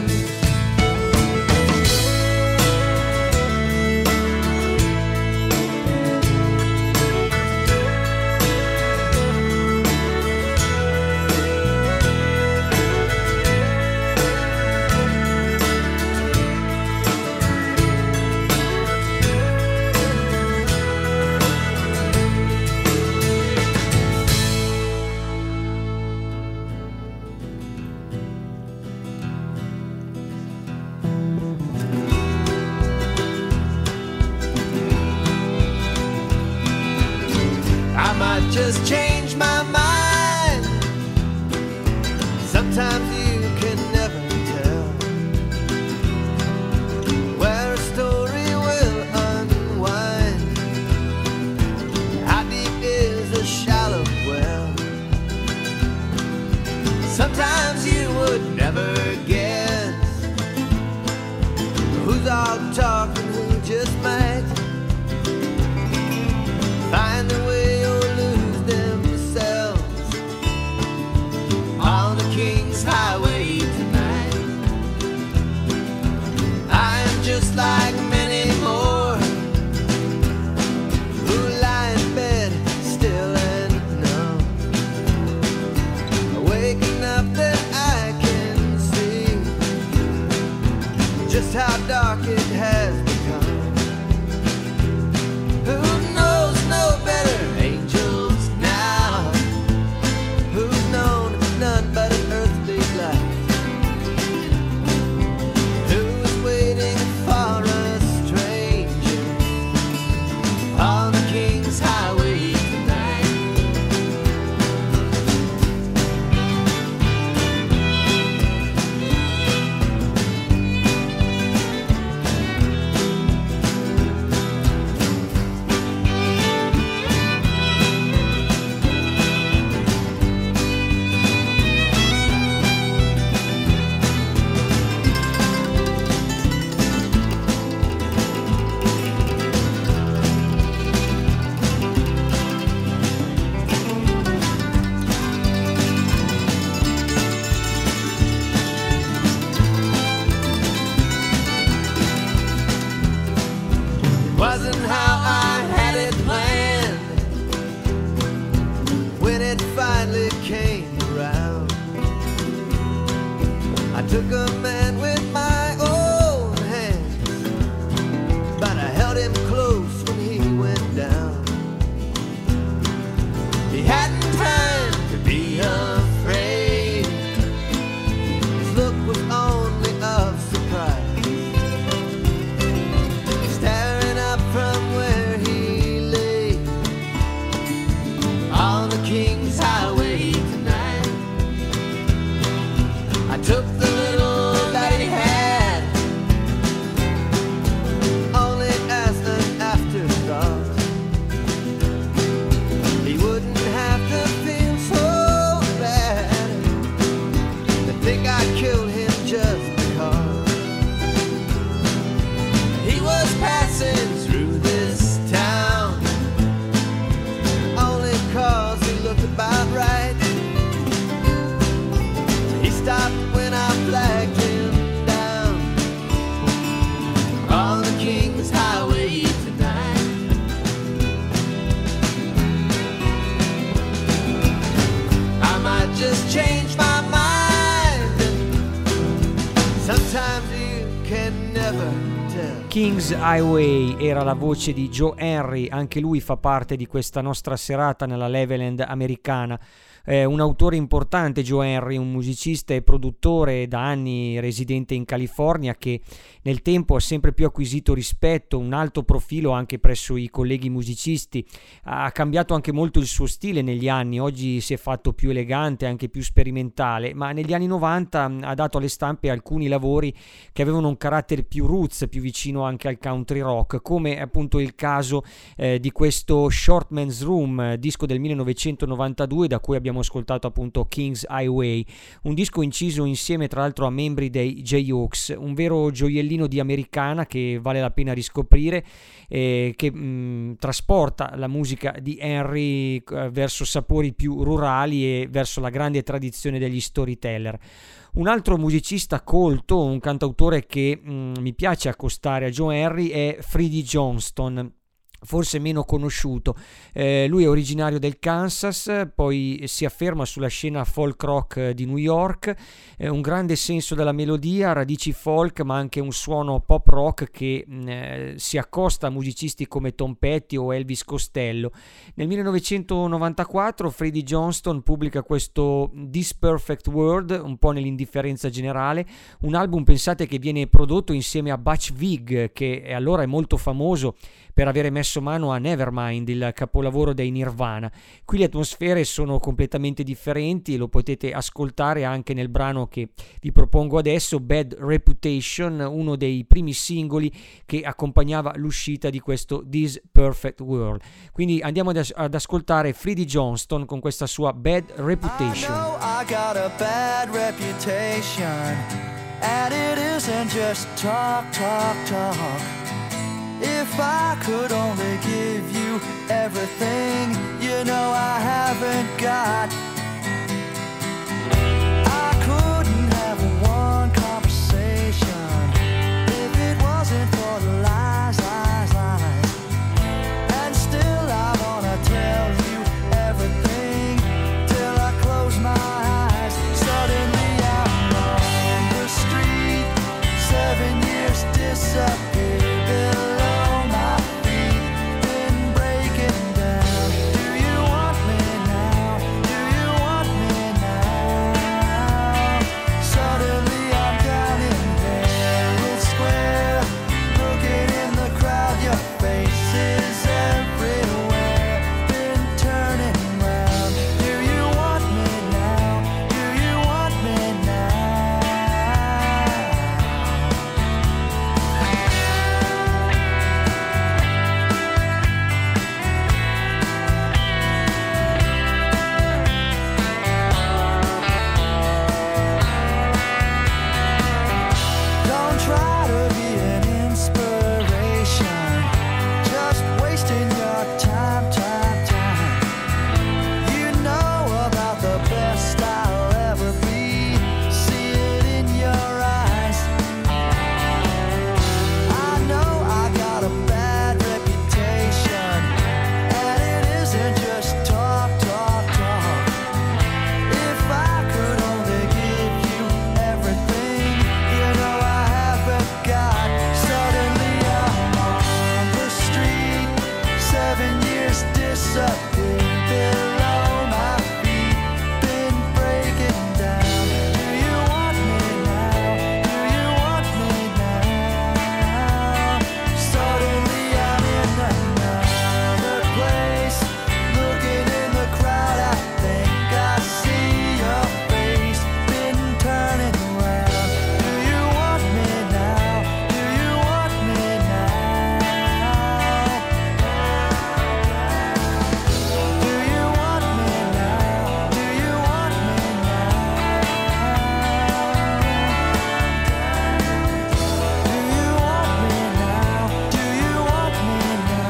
just changed my mind? Sometimes you can never tell where a story will unwind. How deep is a shallow well? Sometimes you would never guess who's all talk and who just might find their way or lose themselves on the King's Highway tonight. I'm just like many more who lie in bed still and numb, waking up that I can see just how dark it has become. Who knows no better angels now? Who's known none but an earthly light? Who is waiting for a stranger on the King's Highway tonight? Wasn't how I had it planned when it finally came around. I took a man with my own hands, but I held him close when he went down. He hadn't time to be afraid. His look was only of surprise. Staring up from where he lay on the King's Highway tonight. I took the little that he had only as an afterthought. He wouldn't have to feel so bad to think I killed him just because he was passing through this town, only 'cause he looked about right. He stopped when I flagged him down on the King's Highway tonight. I might just change my mind. Sometimes you can never tell. King's Highway era la voce di Joe Henry, anche lui fa parte di questa nostra serata nella Leveland americana. Un autore importante, Joe Henry, un musicista e produttore da anni residente in California, che nel tempo ha sempre più acquisito rispetto, un alto profilo anche presso i colleghi musicisti. Ha cambiato anche molto il suo stile negli anni, oggi si è fatto più elegante, anche più sperimentale, ma negli anni 90 ha dato alle stampe alcuni lavori che avevano un carattere più roots, più vicino anche al country rock, come appunto il caso di questo Short Man's Room, disco del 1992 da cui abbiamo ascoltato appunto King's Highway, un disco inciso insieme tra l'altro a membri dei J-Hawks, un vero gioiellino di americana che vale la pena riscoprire, che trasporta la musica di Henry verso sapori più rurali e verso la grande tradizione degli storyteller. Un altro musicista colto, un cantautore che mi piace accostare a Joe Henry, è Freddie Johnston, forse meno conosciuto. Lui è originario del Kansas, poi si afferma sulla scena folk rock di New York, un grande senso della melodia, radici folk ma anche un suono pop rock che si accosta a musicisti come Tom Petty o Elvis Costello. Nel 1994 Freddie Johnston pubblica questo This Perfect World, un po' nell'indifferenza generale, un album, pensate, che viene prodotto insieme a Butch Vig, che allora è molto famoso per avere messo messo mano a Nevermind, il capolavoro dei Nirvana. Qui le atmosfere sono completamente differenti e lo potete ascoltare anche nel brano che vi propongo adesso, Bad Reputation, uno dei primi singoli che accompagnava l'uscita di questo This Perfect World. Quindi andiamo ad ascoltare Freddie Johnston con questa sua Bad Reputation. I know I got a bad reputation, and it isn't just talk, talk, talk. If I could only give you everything, you know I haven't got. I couldn't have one conversation if it wasn't for the lies, lies, lies. And still I wanna tell you everything till I close my eyes. Suddenly I'm on the street, 7 years disappear below my feet, been breaking down. Do you want me now? Do you want me now? Suddenly I'm down in Herald Square, looking in the crowd, your face is everywhere, been turning round. Do you want me now? Do you want me now? Don't try to be an inspiration, just wasting your time, time, time. You know about the best I'll ever be, see it in your eyes. I know I got a bad reputation, and it isn't just talk, talk, talk. If I could only give you everything, you know I haven't got. Suddenly I'm on the street, 7 years disappear below my feet, been breaking down. Do you want me now? Do you want me now? Suddenly I'm in another place, looking in the crowd, I think I see your face, been turning around. Do you want me now? Do you want me now? Do you want me now? Do you want me now? Do you want me now?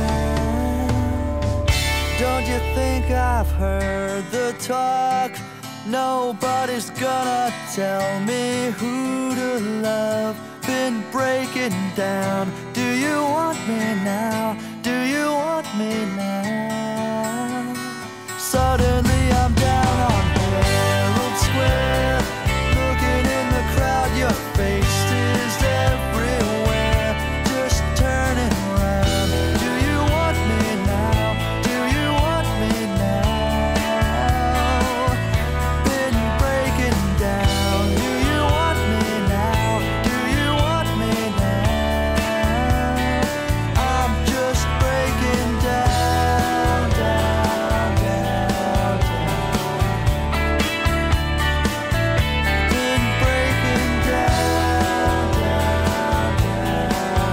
Don't you think I've heard the talk? Nobody's gonna tell me who to love. Been breaking down. Do you want me now? Do you want me now? Suddenly I'm down on Herald Square, looking in the crowd, your face is everywhere, just turning around. Do you want me now? Do you want me now? Been breaking down. Do you want me now? Do you want me now? I'm just breaking down, down, down, down. Been breaking down, down, down.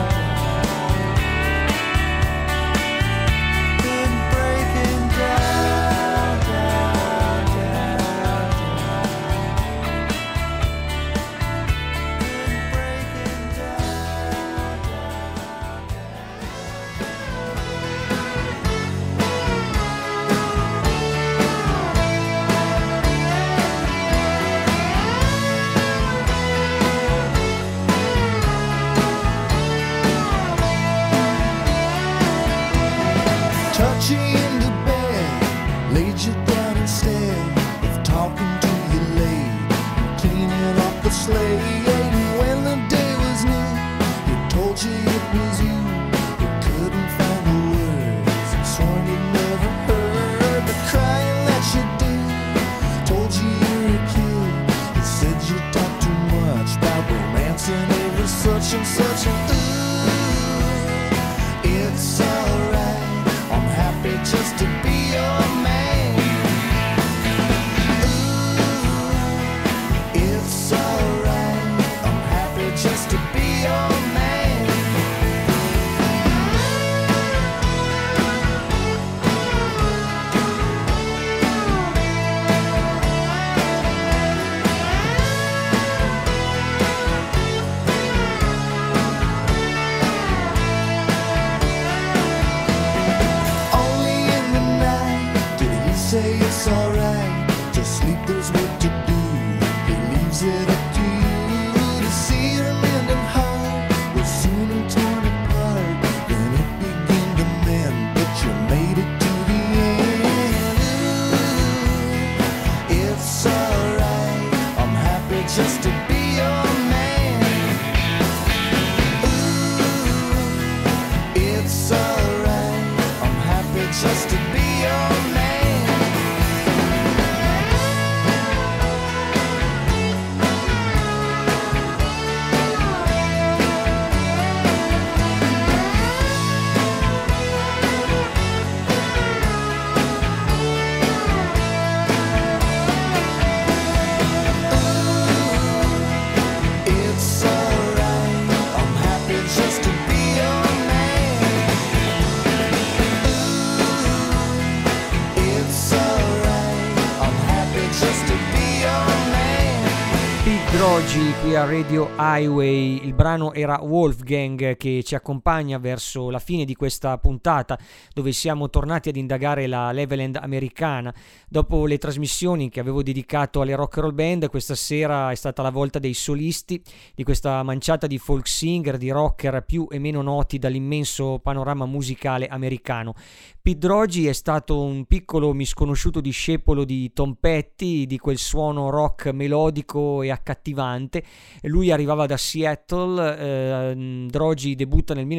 Been breaking down, down, down. Been breaking Touch you into bed, laid you down instead of talking to you late, cleaning up the slate. And when the day was new, you told you it was you. You couldn't find the words, and sworn you never heard the crying that you did. Told you you're a kid, you said you talk too much about romance and it was such and such. And ooh, it's all Drogy qui a Radio Highway. Il brano era Wolfgang, che ci accompagna verso la fine di questa puntata, dove siamo tornati ad indagare la Leveland americana. Dopo le trasmissioni che avevo dedicato alle rock and roll band, questa sera è stata la volta dei solisti, di questa manciata di folk singer, di rocker più e meno noti dall'immenso panorama musicale americano. Pete Drogy è stato un piccolo misconosciuto discepolo di Tom Petty, di quel suono rock melodico e accattivante. Lui arrivava da Seattle. Drogy debutta nel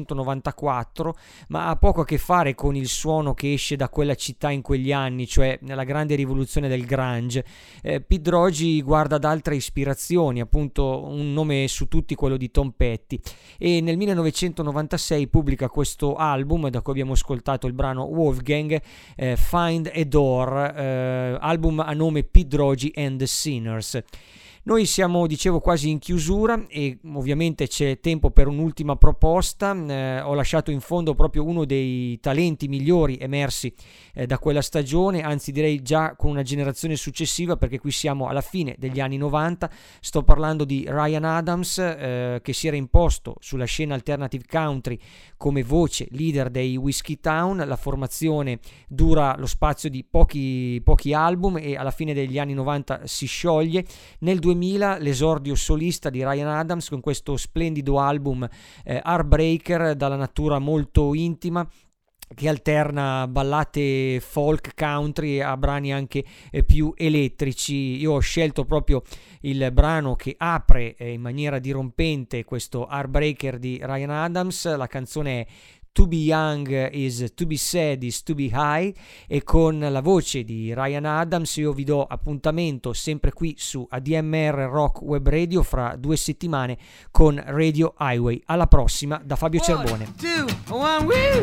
1994, ma ha poco a che fare con il suono che esce da quella città in quegli anni, cioè nella grande rivoluzione del grunge. Pete Drogy guarda ad altre ispirazioni, appunto un nome su tutti quello di Tom Petty, e nel 1996 pubblica questo album da cui abbiamo ascoltato il brano Wolfgang, Find a Door, album a nome Pete Drogy and the Sinners. Noi siamo, dicevo, quasi in chiusura e ovviamente c'è tempo per un'ultima proposta. Ho lasciato in fondo proprio uno dei talenti migliori emersi da quella stagione, anzi direi già con una generazione successiva, perché qui siamo alla fine degli anni 90. Sto parlando di Ryan Adams, che si era imposto sulla scena alternative country come voce leader dei Whiskey Town. La formazione dura lo spazio di pochi album e alla fine degli anni 90 si scioglie. Nel 2000 l'esordio solista di Ryan Adams con questo splendido album Heartbreaker, dalla natura molto intima, che alterna ballate folk country a brani anche più elettrici. Io ho scelto proprio il brano che apre in maniera dirompente questo Heartbreaker di Ryan Adams. La canzone è To be young is to be sad is to be high, e con la voce di Ryan Adams io vi do appuntamento sempre qui su ADMR Rock Web Radio fra 2 settimane con Radio Highway. Alla prossima da Fabio Cerbone. 1, 2, 1, woo!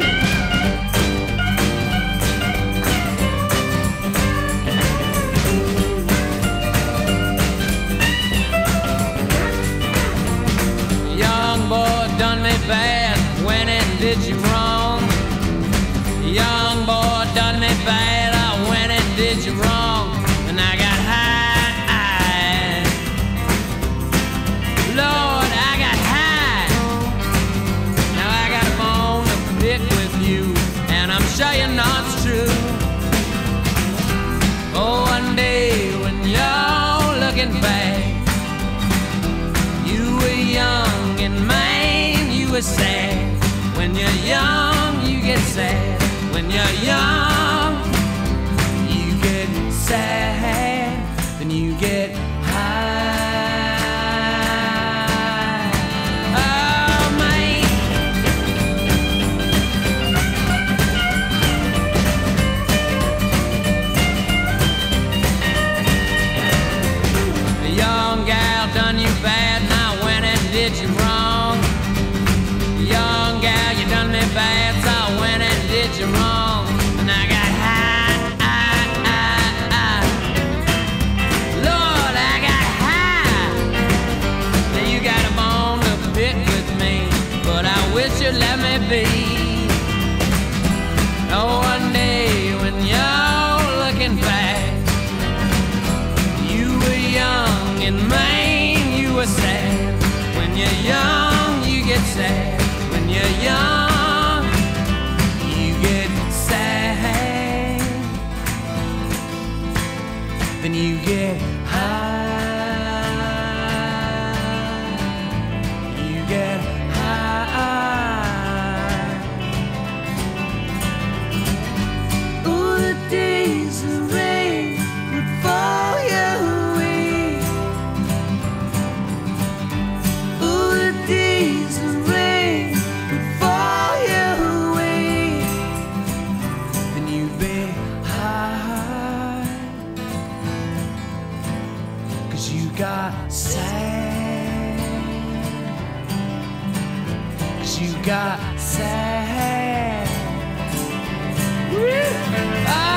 Young boy done me bad when it did you wrong. Young boy done me bad when it did you wrong. And I got high. Lord, I got high. Now I got a bone to pick with you, and I'm sure you know it's true. Oh, one day when you're looking back, you were young and man, you were sad. When you're young, you get sad. When you're young, you get sad. Then you get high. Oh, man. A young gal done you bad, now when it did you wrong. Young gal, you done me bad, so when it did you wrong. And I got high. Lord, I got high. Now you got a bone to pick with me, but I wish you'd let me be. Oh, one day when you're looking back, you were young and man, you were sad. When you're young, you get sad. When you're young, you get sad. Then you get high. You get high. Oh, the days of rain would fall your way. Oh, the days of rain fall your way. Then you'd be high, 'cause you got sad. 'Cause you got sad. Woo!